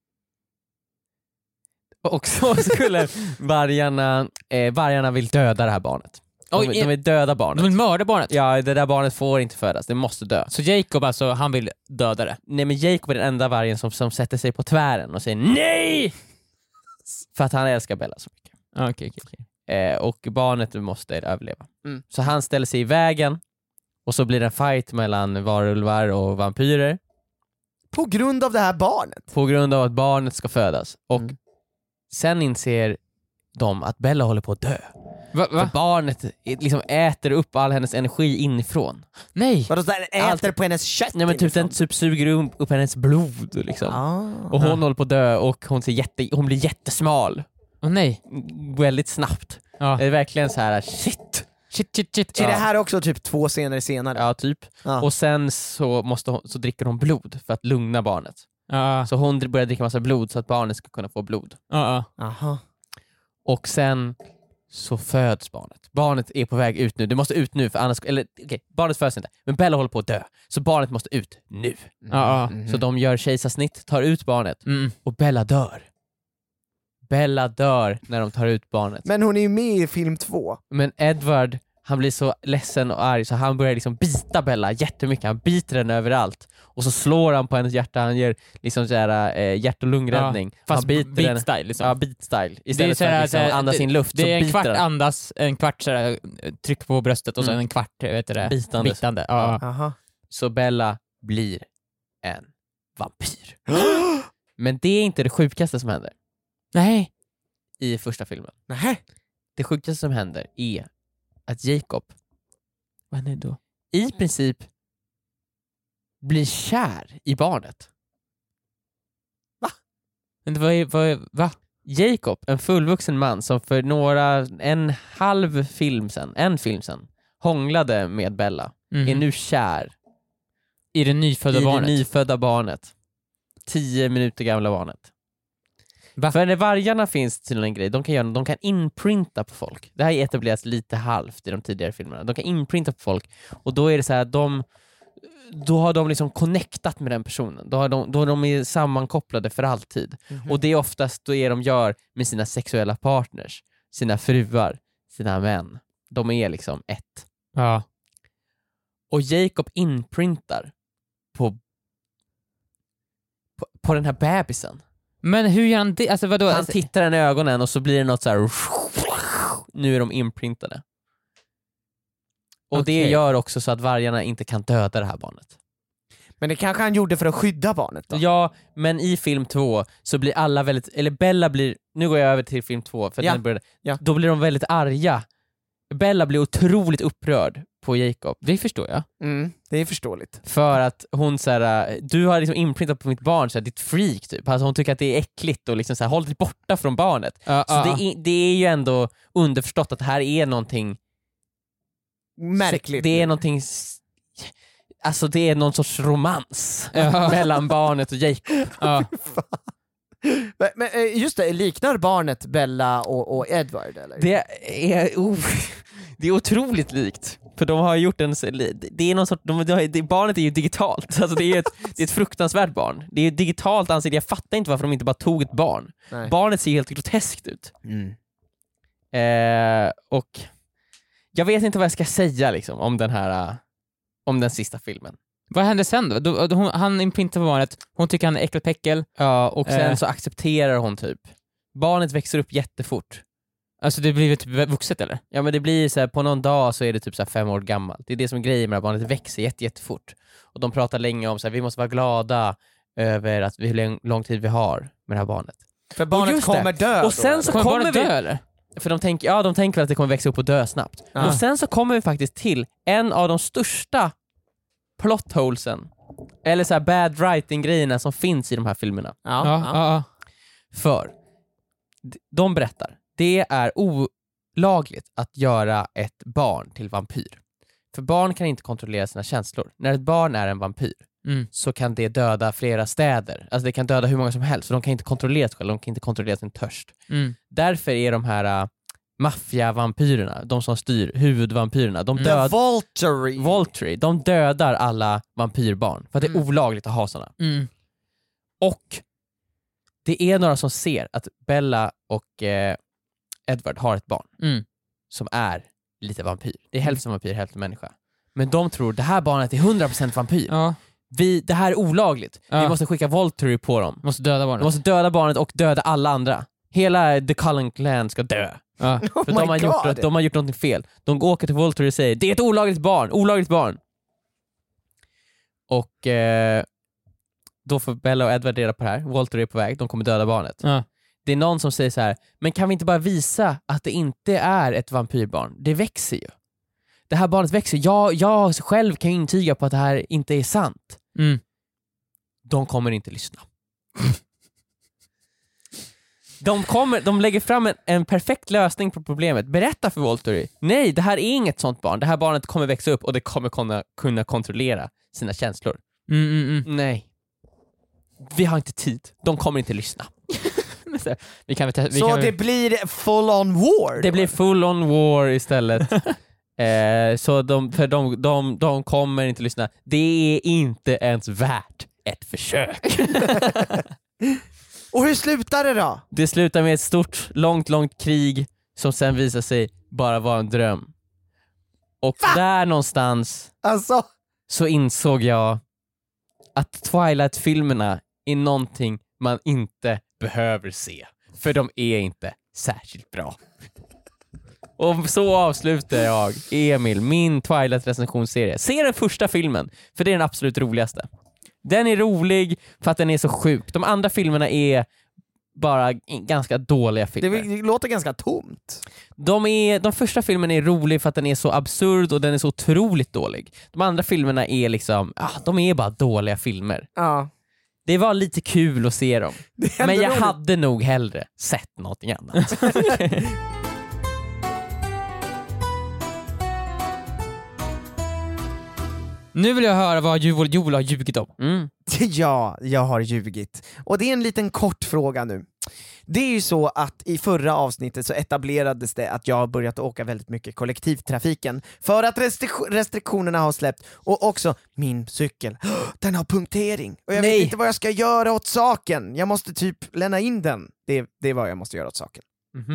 Och så skulle vargarna vill döda det här barnet. De vill döda barnet. De vill mörda barnet? Ja, det där barnet får inte födas, det måste dö. Så Jacob alltså, han vill döda det? Nej, men Jacob är den enda vargen som sätter sig på tvären och säger nej! För att han älskar Bella så mycket. Okej. Och barnet måste överleva. Så han ställer sig i vägen och så blir det en fight mellan varulvar och vampyrer. På grund av det här barnet? På grund av att barnet ska födas. Och sen inser de att Bella håller på att dö. Va? För barnet liksom äter upp all hennes energi inifrån. Nej! Vadå, äter på hennes kött? Nej, men den typ suger upp hennes blod liksom. Och hon håller på att dö och hon blir jättesmal. Nej. Väldigt snabbt. Det är verkligen så här shit. Är det här också typ 2 scener senare? Ja, typ. Och sen så dricker hon blod för att lugna barnet. Så hon börjar dricka massa blod så att barnet ska kunna få blod. Aha. Och sen så föds barnet. Barnet är på väg ut nu. Det måste ut nu för annars... barnet föds inte. Men Bella håller på att dö. Så barnet måste ut nu. Så de gör kejsarsnitt, tar ut barnet. Och Bella dör. Bella dör när de tar ut barnet. Men hon är ju med i film 2. Men Edward, han blir så ledsen och arg så han börjar liksom bita Bella jättemycket. Han biter den överallt. Och så slår han på hennes hjärta. Han ger liksom såhär hjärt- och lungräddning. Fast beat-style liksom. Ja, beat-style. Istället för att liksom andas in luft det så är en kvart den. Andas, en kvart såhär, tryck på bröstet och sen en kvart bitande. Så Bella blir en vampyr. Men det är inte det sjukaste som händer. Nej. I första filmen. Nej. Det sjukaste som händer är att Jacob, vad är det då? I princip blir kär i barnet. Va? Men va? Jacob, en fullvuxen man som för en film sen hånglade med Bella, är nu kär I det nyfödda barnet? I det nyfödda barnet. 10 minuter gamla barnet. Va? För när vargarna finns till en grej, de kan inprinta på folk. Det här är etablerats lite halvt i de tidigare filmerna. De kan inprinta på folk och då är det så här då har de liksom connectat med den personen. Då är de sammankopplade för alltid. Mm-hmm. Och det är oftast det de gör med sina sexuella partners, sina fruar, sina män. De är liksom ett. Ja. Och Jacob inprintar på den här bebisen. Men hur gör han det? Alltså, vadå? Han tittar den i ögonen och så blir det något så här. Nu är de inprintade. Och det gör också så att vargarna inte kan döda det här barnet. Men det kanske han gjorde för att skydda barnet då? Ja, men i film 2 så blir alla väldigt, eller Bella blir, nu går jag över till film 2 för att då blir de väldigt arga. Bella blir otroligt upprörd på Jacob. Det förstår jag. Det är förståeligt. För att hon såhär, du har liksom inprintat på mitt barn såhär, ditt freak typ. Alltså hon tycker att det är äckligt och liksom såhär, håll dig borta från barnet. Så det är ju ändå underförstått att det här är någonting märkligt. Det är någonting, alltså det är någon sorts romans mellan barnet och Jacob. Men just det, liknar barnet Bella och Edward eller? Det är otroligt likt. För de har gjort det är någon sorts, barnet är ju digitalt. Alltså det är ett fruktansvärt barn. Det är digitalt ansikte. Jag fattar inte varför de inte bara tog ett barn. Nej. Barnet ser helt groteskt ut. Och jag vet inte vad jag ska säga liksom om den sista filmen. Vad händer sen då? Han imprintar på barnet, hon tycker han är äckelpäckel. Ja, och sen så accepterar hon typ. Barnet växer upp jättefort. Alltså det blir typ vuxet eller? Ja, men det blir så här, på någon dag så är det typ så här 5 år gammalt. Det är det som är grejen med att barnet växer jättefort. Och de pratar länge om så här, vi måste vara glada över att hur lång tid vi har med det här barnet. För barnet kommer dö. Och sen så kommer vi dö eller? För de tänker väl att det kommer växa upp och dö snabbt. Och sen så kommer vi faktiskt till en av de största plotholesen eller så här bad writing-grejerna som finns i de här filmerna. För de berättar, det är olagligt att göra ett barn till vampyr. För barn kan inte kontrollera sina känslor. När ett barn är en vampyr så kan det döda flera städer. Alltså det kan döda hur många som helst. Så de kan inte kontrollera sig själva, de kan inte kontrollera sin törst. Därför är de här maffiavampyrerna, de som styr, huvudvampyrerna, de Volturi, de dödar alla vampyrbarn för att det är olagligt att ha såna. Och det är några som ser att Bella och Edward har ett barn som är lite vampyr. Det är hälften vampyr, hälften människa. Men de tror det här barnet är 100% vampyr. Det här är olagligt. Vi måste skicka Volturi på dem. Vi måste döda barnet. Vi måste döda barnet och döda alla andra. Hela The Cullen Clan ska dö. För de har gjort något fel. De åker till Volturi och säger det är ett olagligt barn. Och då får Bella och Edward reda på det här. Volturi är på väg, de kommer döda barnet. Det är någon som säger så här: men kan vi inte bara visa att det inte är ett vampyrbarn? Det växer ju. Det här barnet växer. Jag själv kan intyga på att det här inte är sant. De kommer inte lyssna. De lägger fram en perfekt lösning på problemet. Berätta för Volturi. Nej, det här är inget sånt barn. Det här barnet kommer växa upp och det kommer kunna kontrollera sina känslor. Nej. Vi har inte tid. De kommer inte lyssna. Så det blir full on war? Det blir full on war istället. Så de kommer inte lyssna. Det är inte ens värt ett försök. Och hur slutar det då? Det slutar med ett stort, långt krig som sen visar sig bara vara en dröm. Och där någonstans så insåg jag att Twilight-filmerna är någonting man inte behöver se. För de är inte särskilt bra. Och så avslutar jag, Emil, min Twilight-recensionsserie. Se den första filmen, för det är den absolut roligaste. Den är rolig för att den är så sjuk. De andra filmerna är bara ganska dåliga filmer. Det låter ganska tomt. De första filmerna är roliga för att den är så absurd och den är så otroligt dålig. De andra filmerna är liksom, de är bara dåliga filmer. Det var lite kul att se dem. Men jag hade nog hellre sett någonting annat. Nu vill jag höra vad Joel har ljugit om. Ja, jag har ljugit. Och det är en liten kort fråga nu. Det är ju så att i förra avsnittet så etablerades det att jag har börjat åka väldigt mycket kollektivtrafiken för att restriktionerna har släppt, och också min cykel, den har punktering och jag vet inte vad jag ska göra åt saken. Jag måste typ lämna in den. Det är vad jag måste göra åt saken.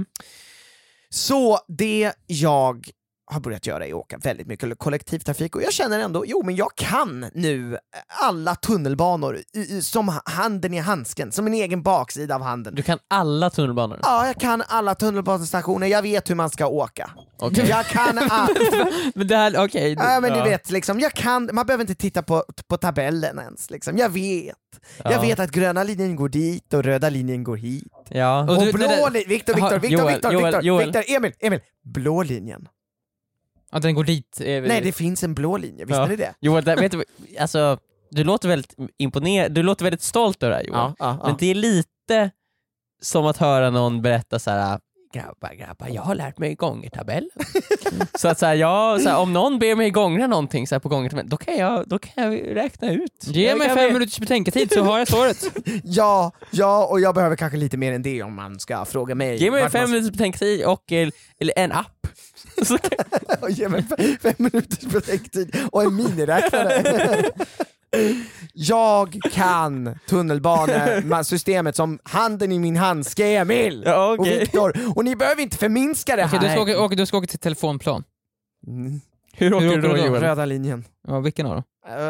Så det jag har börjat göra är att åka väldigt mycket kollektivtrafik, och jag känner ändå, men jag kan nu alla tunnelbanor som handen i handsken, som en egen baksida av handen. Du kan alla tunnelbanor? Ja, jag kan alla tunnelbanestationer, jag vet hur man ska åka. Okay. Jag kan allt. Men det här, okej. Ja, men du vet, liksom, jag kan, man behöver inte titta på tabellen ens. Liksom. Jag vet att gröna linjen går dit och röda linjen går hit. Ja. Och blå linjen, Viktor, Emil, blå linjen. Att den går dit? Nej, det finns en blå linje, visst är det det? Joel, vet du, alltså, du låter väldigt imponerad, du låter väldigt stolt över det här, Joel. Men det är lite som att höra någon berätta så här: grabbar, jag har lärt mig gångertabellen. Så att så här, om någon ber mig gångra någonting så här på gångertabellen, då kan jag räkna ut. Ge mig 5 minuters betänketid så har jag svaret. Ja, och jag behöver kanske lite mer än det om man ska fråga mig. Ge mig 5 minuters betänketid och eller en app. Ge mig 5 minuters betänketid och en miniräknare. Jag kan tunnelbanesystemet som handen i min handske, Emil och Viktor, och ni behöver inte förminska det här. Du ska åka till telefonplan. Hur åker du då, Joel? Röda linjen. Ja, vilken av dem?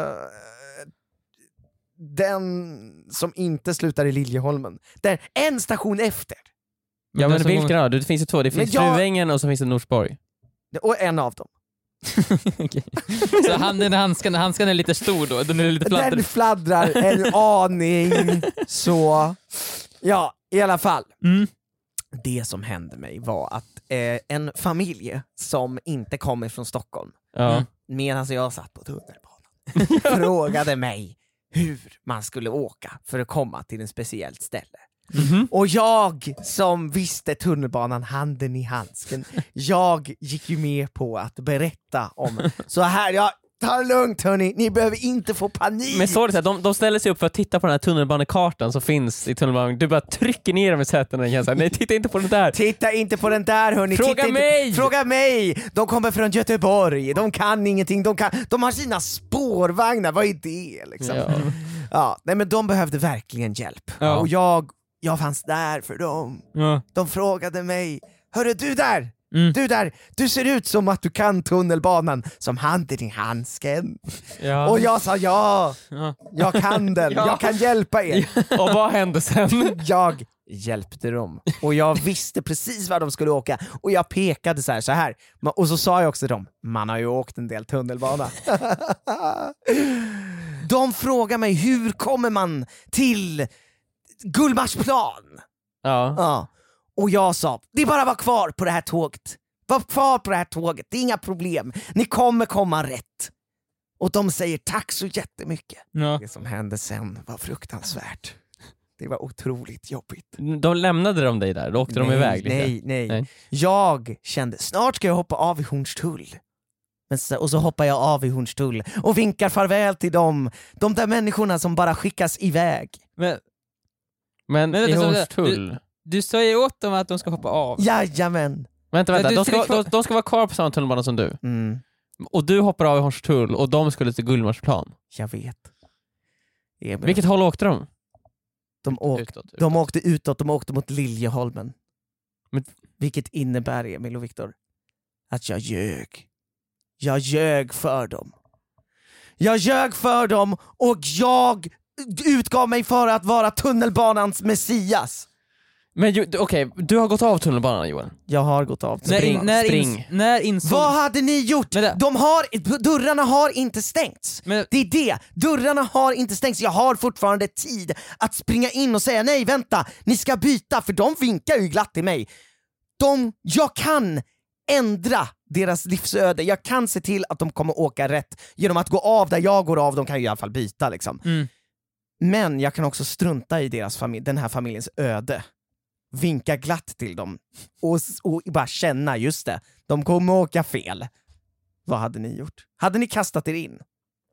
Den som inte slutar i Liljeholmen. En station efter. Ja, men vilken då? Det finns ju 2. Det finns Fruängen och så finns det Norsborg. Och en av dem. Okay. Så handskan är lite stor då? Den fladdrar en aning. Så ja, i alla fall. Det som hände mig var att en familj som inte kommer från Stockholm, medan jag satt på tunnelbanan, frågade mig hur man skulle åka för att komma till ett speciellt ställe. Och jag som visste tunnelbanan handen i handsken, jag gick ju med på att berätta om så här, ta det lugnt hörni, ni behöver inte få panik. Men så är det så här, de ställer sig upp för att titta på den här tunnelbanekartan som finns i tunnelbanan. Du bara trycker ner dem i sätena och säger, nej, titta inte på den där. Titta inte på den där hörni. Fråga mig. De kommer från Göteborg, de kan ingenting, de har sina spårvagnar, vad är det liksom? Nej, men de behövde verkligen hjälp. Och jag fanns där för dem. De frågade mig, hörru du där, du ser ut som att du kan tunnelbanan som handen i handsken. Och jag sa jag kan den, jag kan hjälpa er. Och vad hände sen? Jag hjälpte dem. Och jag visste precis var de skulle åka. Och jag pekade så här. Och så sa jag också till dem, man har ju åkt en del tunnelbana. De frågar mig, hur kommer man till Gullmarsplan? Och jag sa, det är bara var kvar på det här tåget. Var kvar på det här tåget, det är inga problem. Ni kommer komma rätt. Och de säger tack så jättemycket. Det som hände sen var fruktansvärt. Det var otroligt jobbigt. De lämnade de dig där, då åkte de iväg lite. Nej. Jag kände, snart ska jag hoppa av i Hornstull. Och så hoppar jag av i Hornstull och vinkar farväl till de där människorna som bara skickas iväg. Men i Hornstull? Du säger åt dem att de ska hoppa av. Jajamän. Vänta, de ska vara kvar på samma tunnelbana som du. Och du hoppar av i Hornstull och de skulle till Gullmarsplan. Jag vet. Vilket håll åkte de? De åkte utåt, de åkte mot Liljeholmen. Vilket innebär, Emil och Viktor, att jag ljög. Jag ljög för dem. Och jag utgav mig för att vara tunnelbanans messias. Men okej, du har gått av tunnelbanan, Joel. Jag har gått av. Spring. Vad hade ni gjort? Dörrarna har inte stängts. Det är det. Dörrarna har inte stängts. Jag har fortfarande tid att springa in och säga nej, vänta, ni ska byta, för de vinkar ju glatt till mig. Jag kan ändra deras livsöde. Jag kan se till att de kommer åka rätt genom att gå av där jag går av. De kan ju i alla fall byta liksom. Men jag kan också strunta i den här familjens öde. Vinka glatt till dem och bara känna, just det, de kommer åka fel. Vad hade ni gjort? Hade ni kastat er in?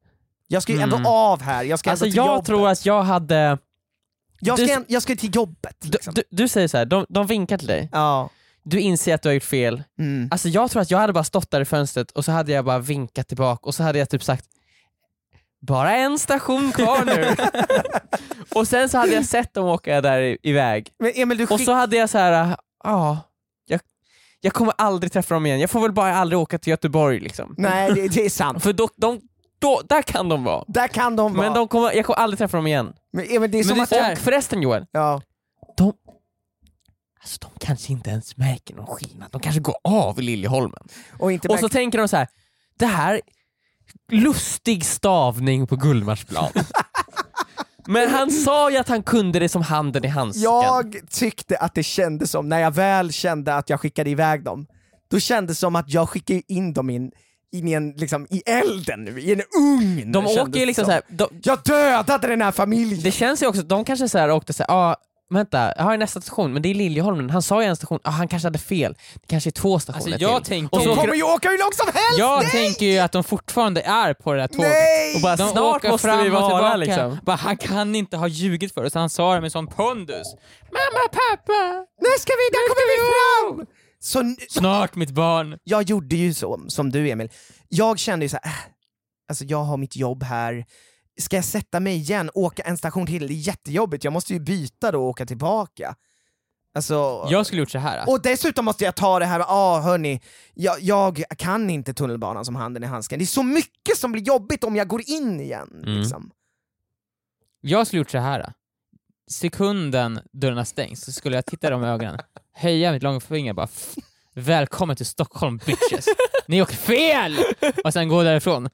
Jag ska ju ändå av här. Jag ska alltså till jag jobbet. tror att jag hade... Jag ska till jobbet. Liksom. Du säger så här, de vinkar till dig. Ja. Du inser att du har gjort fel. Alltså jag tror att jag hade bara stått där i fönstret och så hade jag bara vinkat tillbaka och så hade jag typ sagt bara en station kvar nu. Och sen så hade jag sett dem åka där iväg. Men Emil, och så hade jag så här, jag kommer aldrig träffa dem igen. Jag får väl bara aldrig åka till Göteborg liksom. Nej, det är sant. För där kan de vara. Där kan de vara. Men jag kommer aldrig träffa dem igen. Men det är som att... Och förresten Joel, ja. de kanske inte ens märker någon skillnad. De kanske går av i Liljeholmen. Och så tänker de så här: det här lustig stavning på Gullmarsplan. Men han sa ju att han kunde det som handen i handsken. Jag tyckte att det kändes som, när jag väl kände att jag skickade iväg dem, då kändes det som att jag skickade in dem in i en, liksom, i elden nu, i en ugn. De åker ju liksom så här, jag dödade den här familjen. Det känns ju också, de kanske så här åkte så här, vänta, jag har nästa station, men det är Liljeholmen. Han sa ju en station, han kanske hade fel. Det kanske är 2 stationer alltså, jag till. Tänker, och så de kommer ju åka hur långt som helst! Jag tänker ju att de fortfarande är på det där tåget. Nej! Och bara, snart måste vi vara liksom. Bara, han kan inte ha ljugit för oss, han sa det med sån pondus. Mamma, pappa! När ska vi? Där kommer vi fram! Snart mitt barn. Jag gjorde ju så, som du Emil. Jag kände ju så här, alltså jag har mitt jobb här. Ska jag sätta mig igen, åka en station till? Det är jättejobbigt, jag måste ju byta då och åka tillbaka. Alltså, jag skulle gjort så här. Och dessutom måste jag ta det här, hörni, jag kan inte tunnelbanan som handen i handsken. Det är så mycket som blir jobbigt om jag går in igen. Liksom. Jag skulle gjort så här. Sekunden dörrarna stängs så skulle jag titta dem i ögonen, höja mitt långfinger bara välkommen till Stockholm bitches. Ni åker fel! Och sen gå därifrån.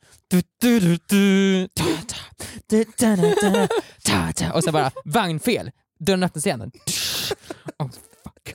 Och sen bara vagnfel. Dörren öppnas igen. Oh, fuck.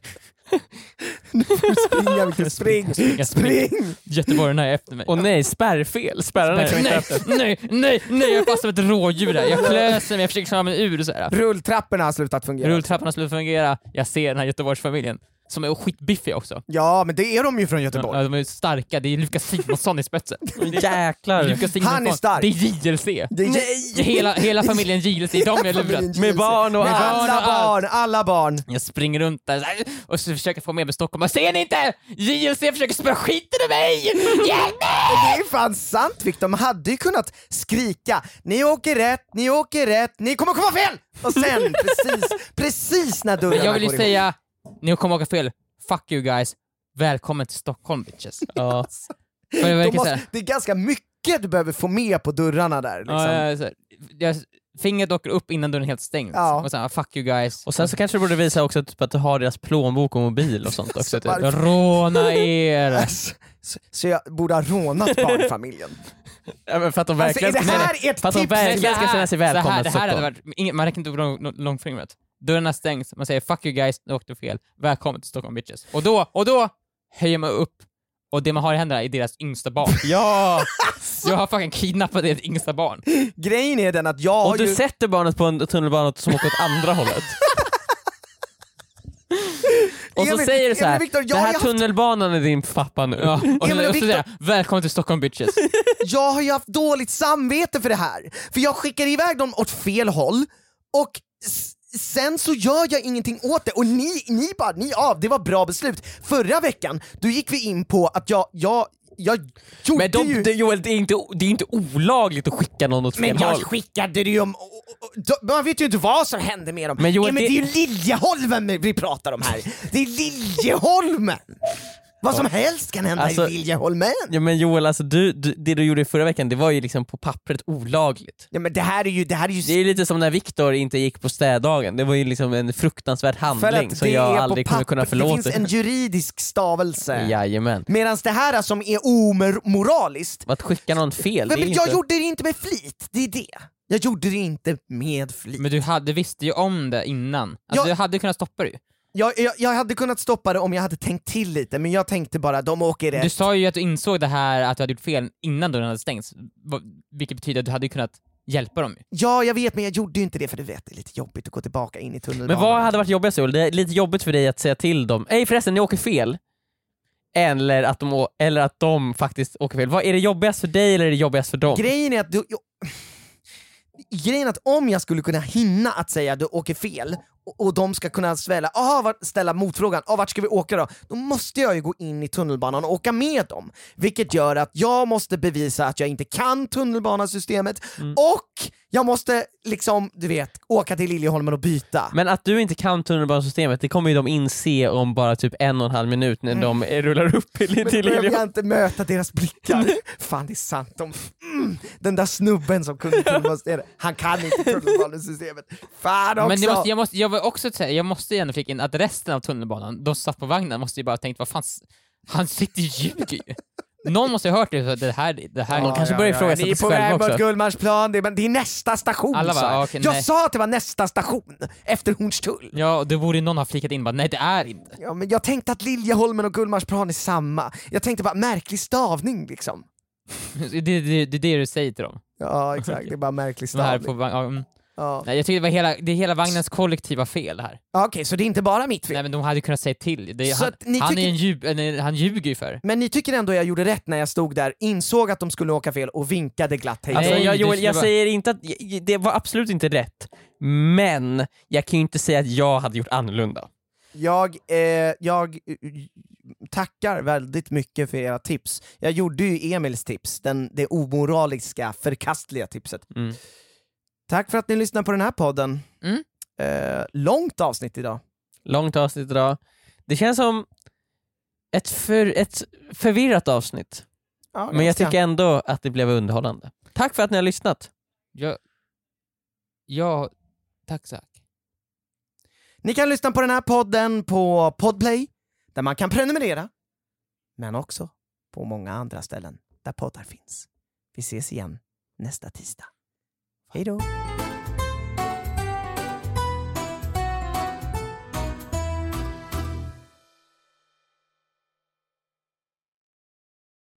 Spring! Göteborgarna är efter mig. Och nej, spärrfel. Spärrarna kan inte efter. Nej, jag är fast som ett rådjur där. Jag klöser mig, jag försöker ta mig ur så här. Rulltrapporna har slutat fungera. Jag ser den här Göteborgsfamiljen som är skitbiffiga också. Ja, men det är de ju från Göteborg. Ja, de är starka, det är Lukas Simonsson i spetsen. Jäklar. Lukas Simonsson, han är stark. Det är JLC. Hela familjen JLC, de är lurat. Med barn och alla barn. Jag springer runt där och så försöker få med Stockholm. Men ser ni inte? JLC försöker spöra skiten ur mig! Det är fan sant, Victor. Man hade ju kunnat skrika: ni åker rätt, ni kommer komma fel! Och sen, precis när dörrarna går. Men jag vill ju säga, ni kommer åka fel. Fuck you guys. Välkommen till Stockholm bitches. Ja. Det är ganska mycket du behöver få med på dörrarna där liksom. Ja, fingret åker upp innan dörren helt stängs. Ja. Och sen fuck you guys. Och sen så kanske du borde visa också typ att du har deras plånbok och mobil och sånt också. Typ. Råna er. Så jag borde ha rånat barnfamiljen. Ja, men för att de verkligen ska känna sig välkomna till Stockholm. Man räcker inte upp långfingret. Dörrarna stängs, man säger fuck you guys, nu åkte fel. Välkommen till Stockholm bitches. Och då höjer man upp och det man har i händerna är deras yngsta barn. Ja! Jag har fucking kidnappat deras yngsta barn. Grejen är den att och du sätter barnet på en tunnelbana som åker åt andra hållet. Och så säger du så här: Victor, det här tunnelbanan är din pappa nu. Ja. Och så säger jag, välkommen till Stockholm bitches. Jag har ju haft dåligt samvete för det här. För jag skickar iväg dem åt fel håll och sen så gör jag ingenting åt det. Och ni bara, det var bra beslut. Förra veckan, då gick vi in på att jag gjorde men Joel, det är inte olagligt att skicka någon åt fel håll. Men jag skickade det ju om... Man vet ju inte vad som hände med dem. Men Joel, det är ju Liljeholmen vi pratar om här. Det är Liljeholmen! Vad som helst kan hända i Liljeholmen. Ja men Joel, alltså det du gjorde förra veckan, det var ju liksom på pappret olagligt. Ja men det här är ju... Det är lite som när Victor inte gick på städdagen. Det var ju liksom en fruktansvärd handling som jag aldrig kommer kunna förlåta. Det finns en juridisk stavelse. Jajamän. Medan det här som är omoraliskt... Att skicka någon fel, men jag gjorde det inte med flit, det är det. Jag gjorde det inte med flit. Men du visste ju om det innan. Alltså, du hade kunnat stoppa det. Jag hade kunnat stoppa det om jag hade tänkt till lite, men jag tänkte bara, de åker rätt. Du sa ju att du insåg det här, att du hade gjort fel innan dörren hade stängts, vilket betyder att du hade kunnat hjälpa dem. Ja, jag vet, men jag gjorde ju inte det, för du vet, det är lite jobbigt att gå tillbaka in i tunnelbanan. Men vad hade varit jobbigast? Det är lite jobbigt för dig att säga till dem: förresten, ni åker fel. eller att de faktiskt åker fel? Vad är det jobbigast för dig eller är det jobbigast för dem? Grejen är att om jag skulle kunna hinna att säga att du åker fel och de ska kunna ställa motfrågan, vart ska vi åka då måste jag ju gå in i tunnelbanan och åka med dem, vilket gör att jag måste bevisa att jag inte kan tunnelbanasystemet och jag måste liksom, du vet, åka till Liljeholmen och byta. Men att du inte kan tunnelbanesystemet, det kommer ju de inse om bara typ 1,5 minut när de rullar upp till Liljeholmen. Men jag inte möta deras blickar. Fan, det är sant. Den där snubben som kunde tunnelbanesystemet, han kan inte tunnelbanesystemet. Fan också. Men jag vill också säga, jag måste gärna flika in att resten av tunnelbanan, de satt på vagnen, måste ju bara tänkt, vad fan, han sitter ju ljuger ju. Någon måste ha hört det här. Någon kanske börjar ifrågasätta sig själv också. Ni är på väg mot Gullmarsplan, det är nästa station. Jag sa att det var nästa station efter Hornstull. Ja, då borde någon ha flikat in bara, nej det är inte. Ja, men jag tänkte att Liljeholmen och Gullmarsplan är samma. Jag tänkte bara, märklig stavning liksom. Det är det du säger till dem. Ja, exakt, det är bara märklig stavning. Ja. Nej, jag tycker det är hela vagnens kollektiva fel här. Okej, så det är inte bara mitt fel? Nej, men de hade kunnat säga till. Han ljuger ju för. Men ni tycker ändå jag gjorde rätt när jag stod där, insåg att de skulle åka fel och vinkade glatt hej. Alltså, jag säger inte att det var absolut inte rätt, men jag kan ju inte säga att jag hade gjort annorlunda. Jag tackar väldigt mycket för era tips. Jag gjorde ju Emils tips, det omoraliska, förkastliga tipset. Tack för att ni lyssnar på den här podden. Långt avsnitt idag. Det känns som ett förvirrat avsnitt. Ja, men jag tycker ändå att det blev underhållande. Tack för att ni har lyssnat. Ja, tack Zack. Ni kan lyssna på den här podden på Podplay, där man kan prenumerera. Men också på många andra ställen där poddar finns. Vi ses igen nästa tisdag. Hej då!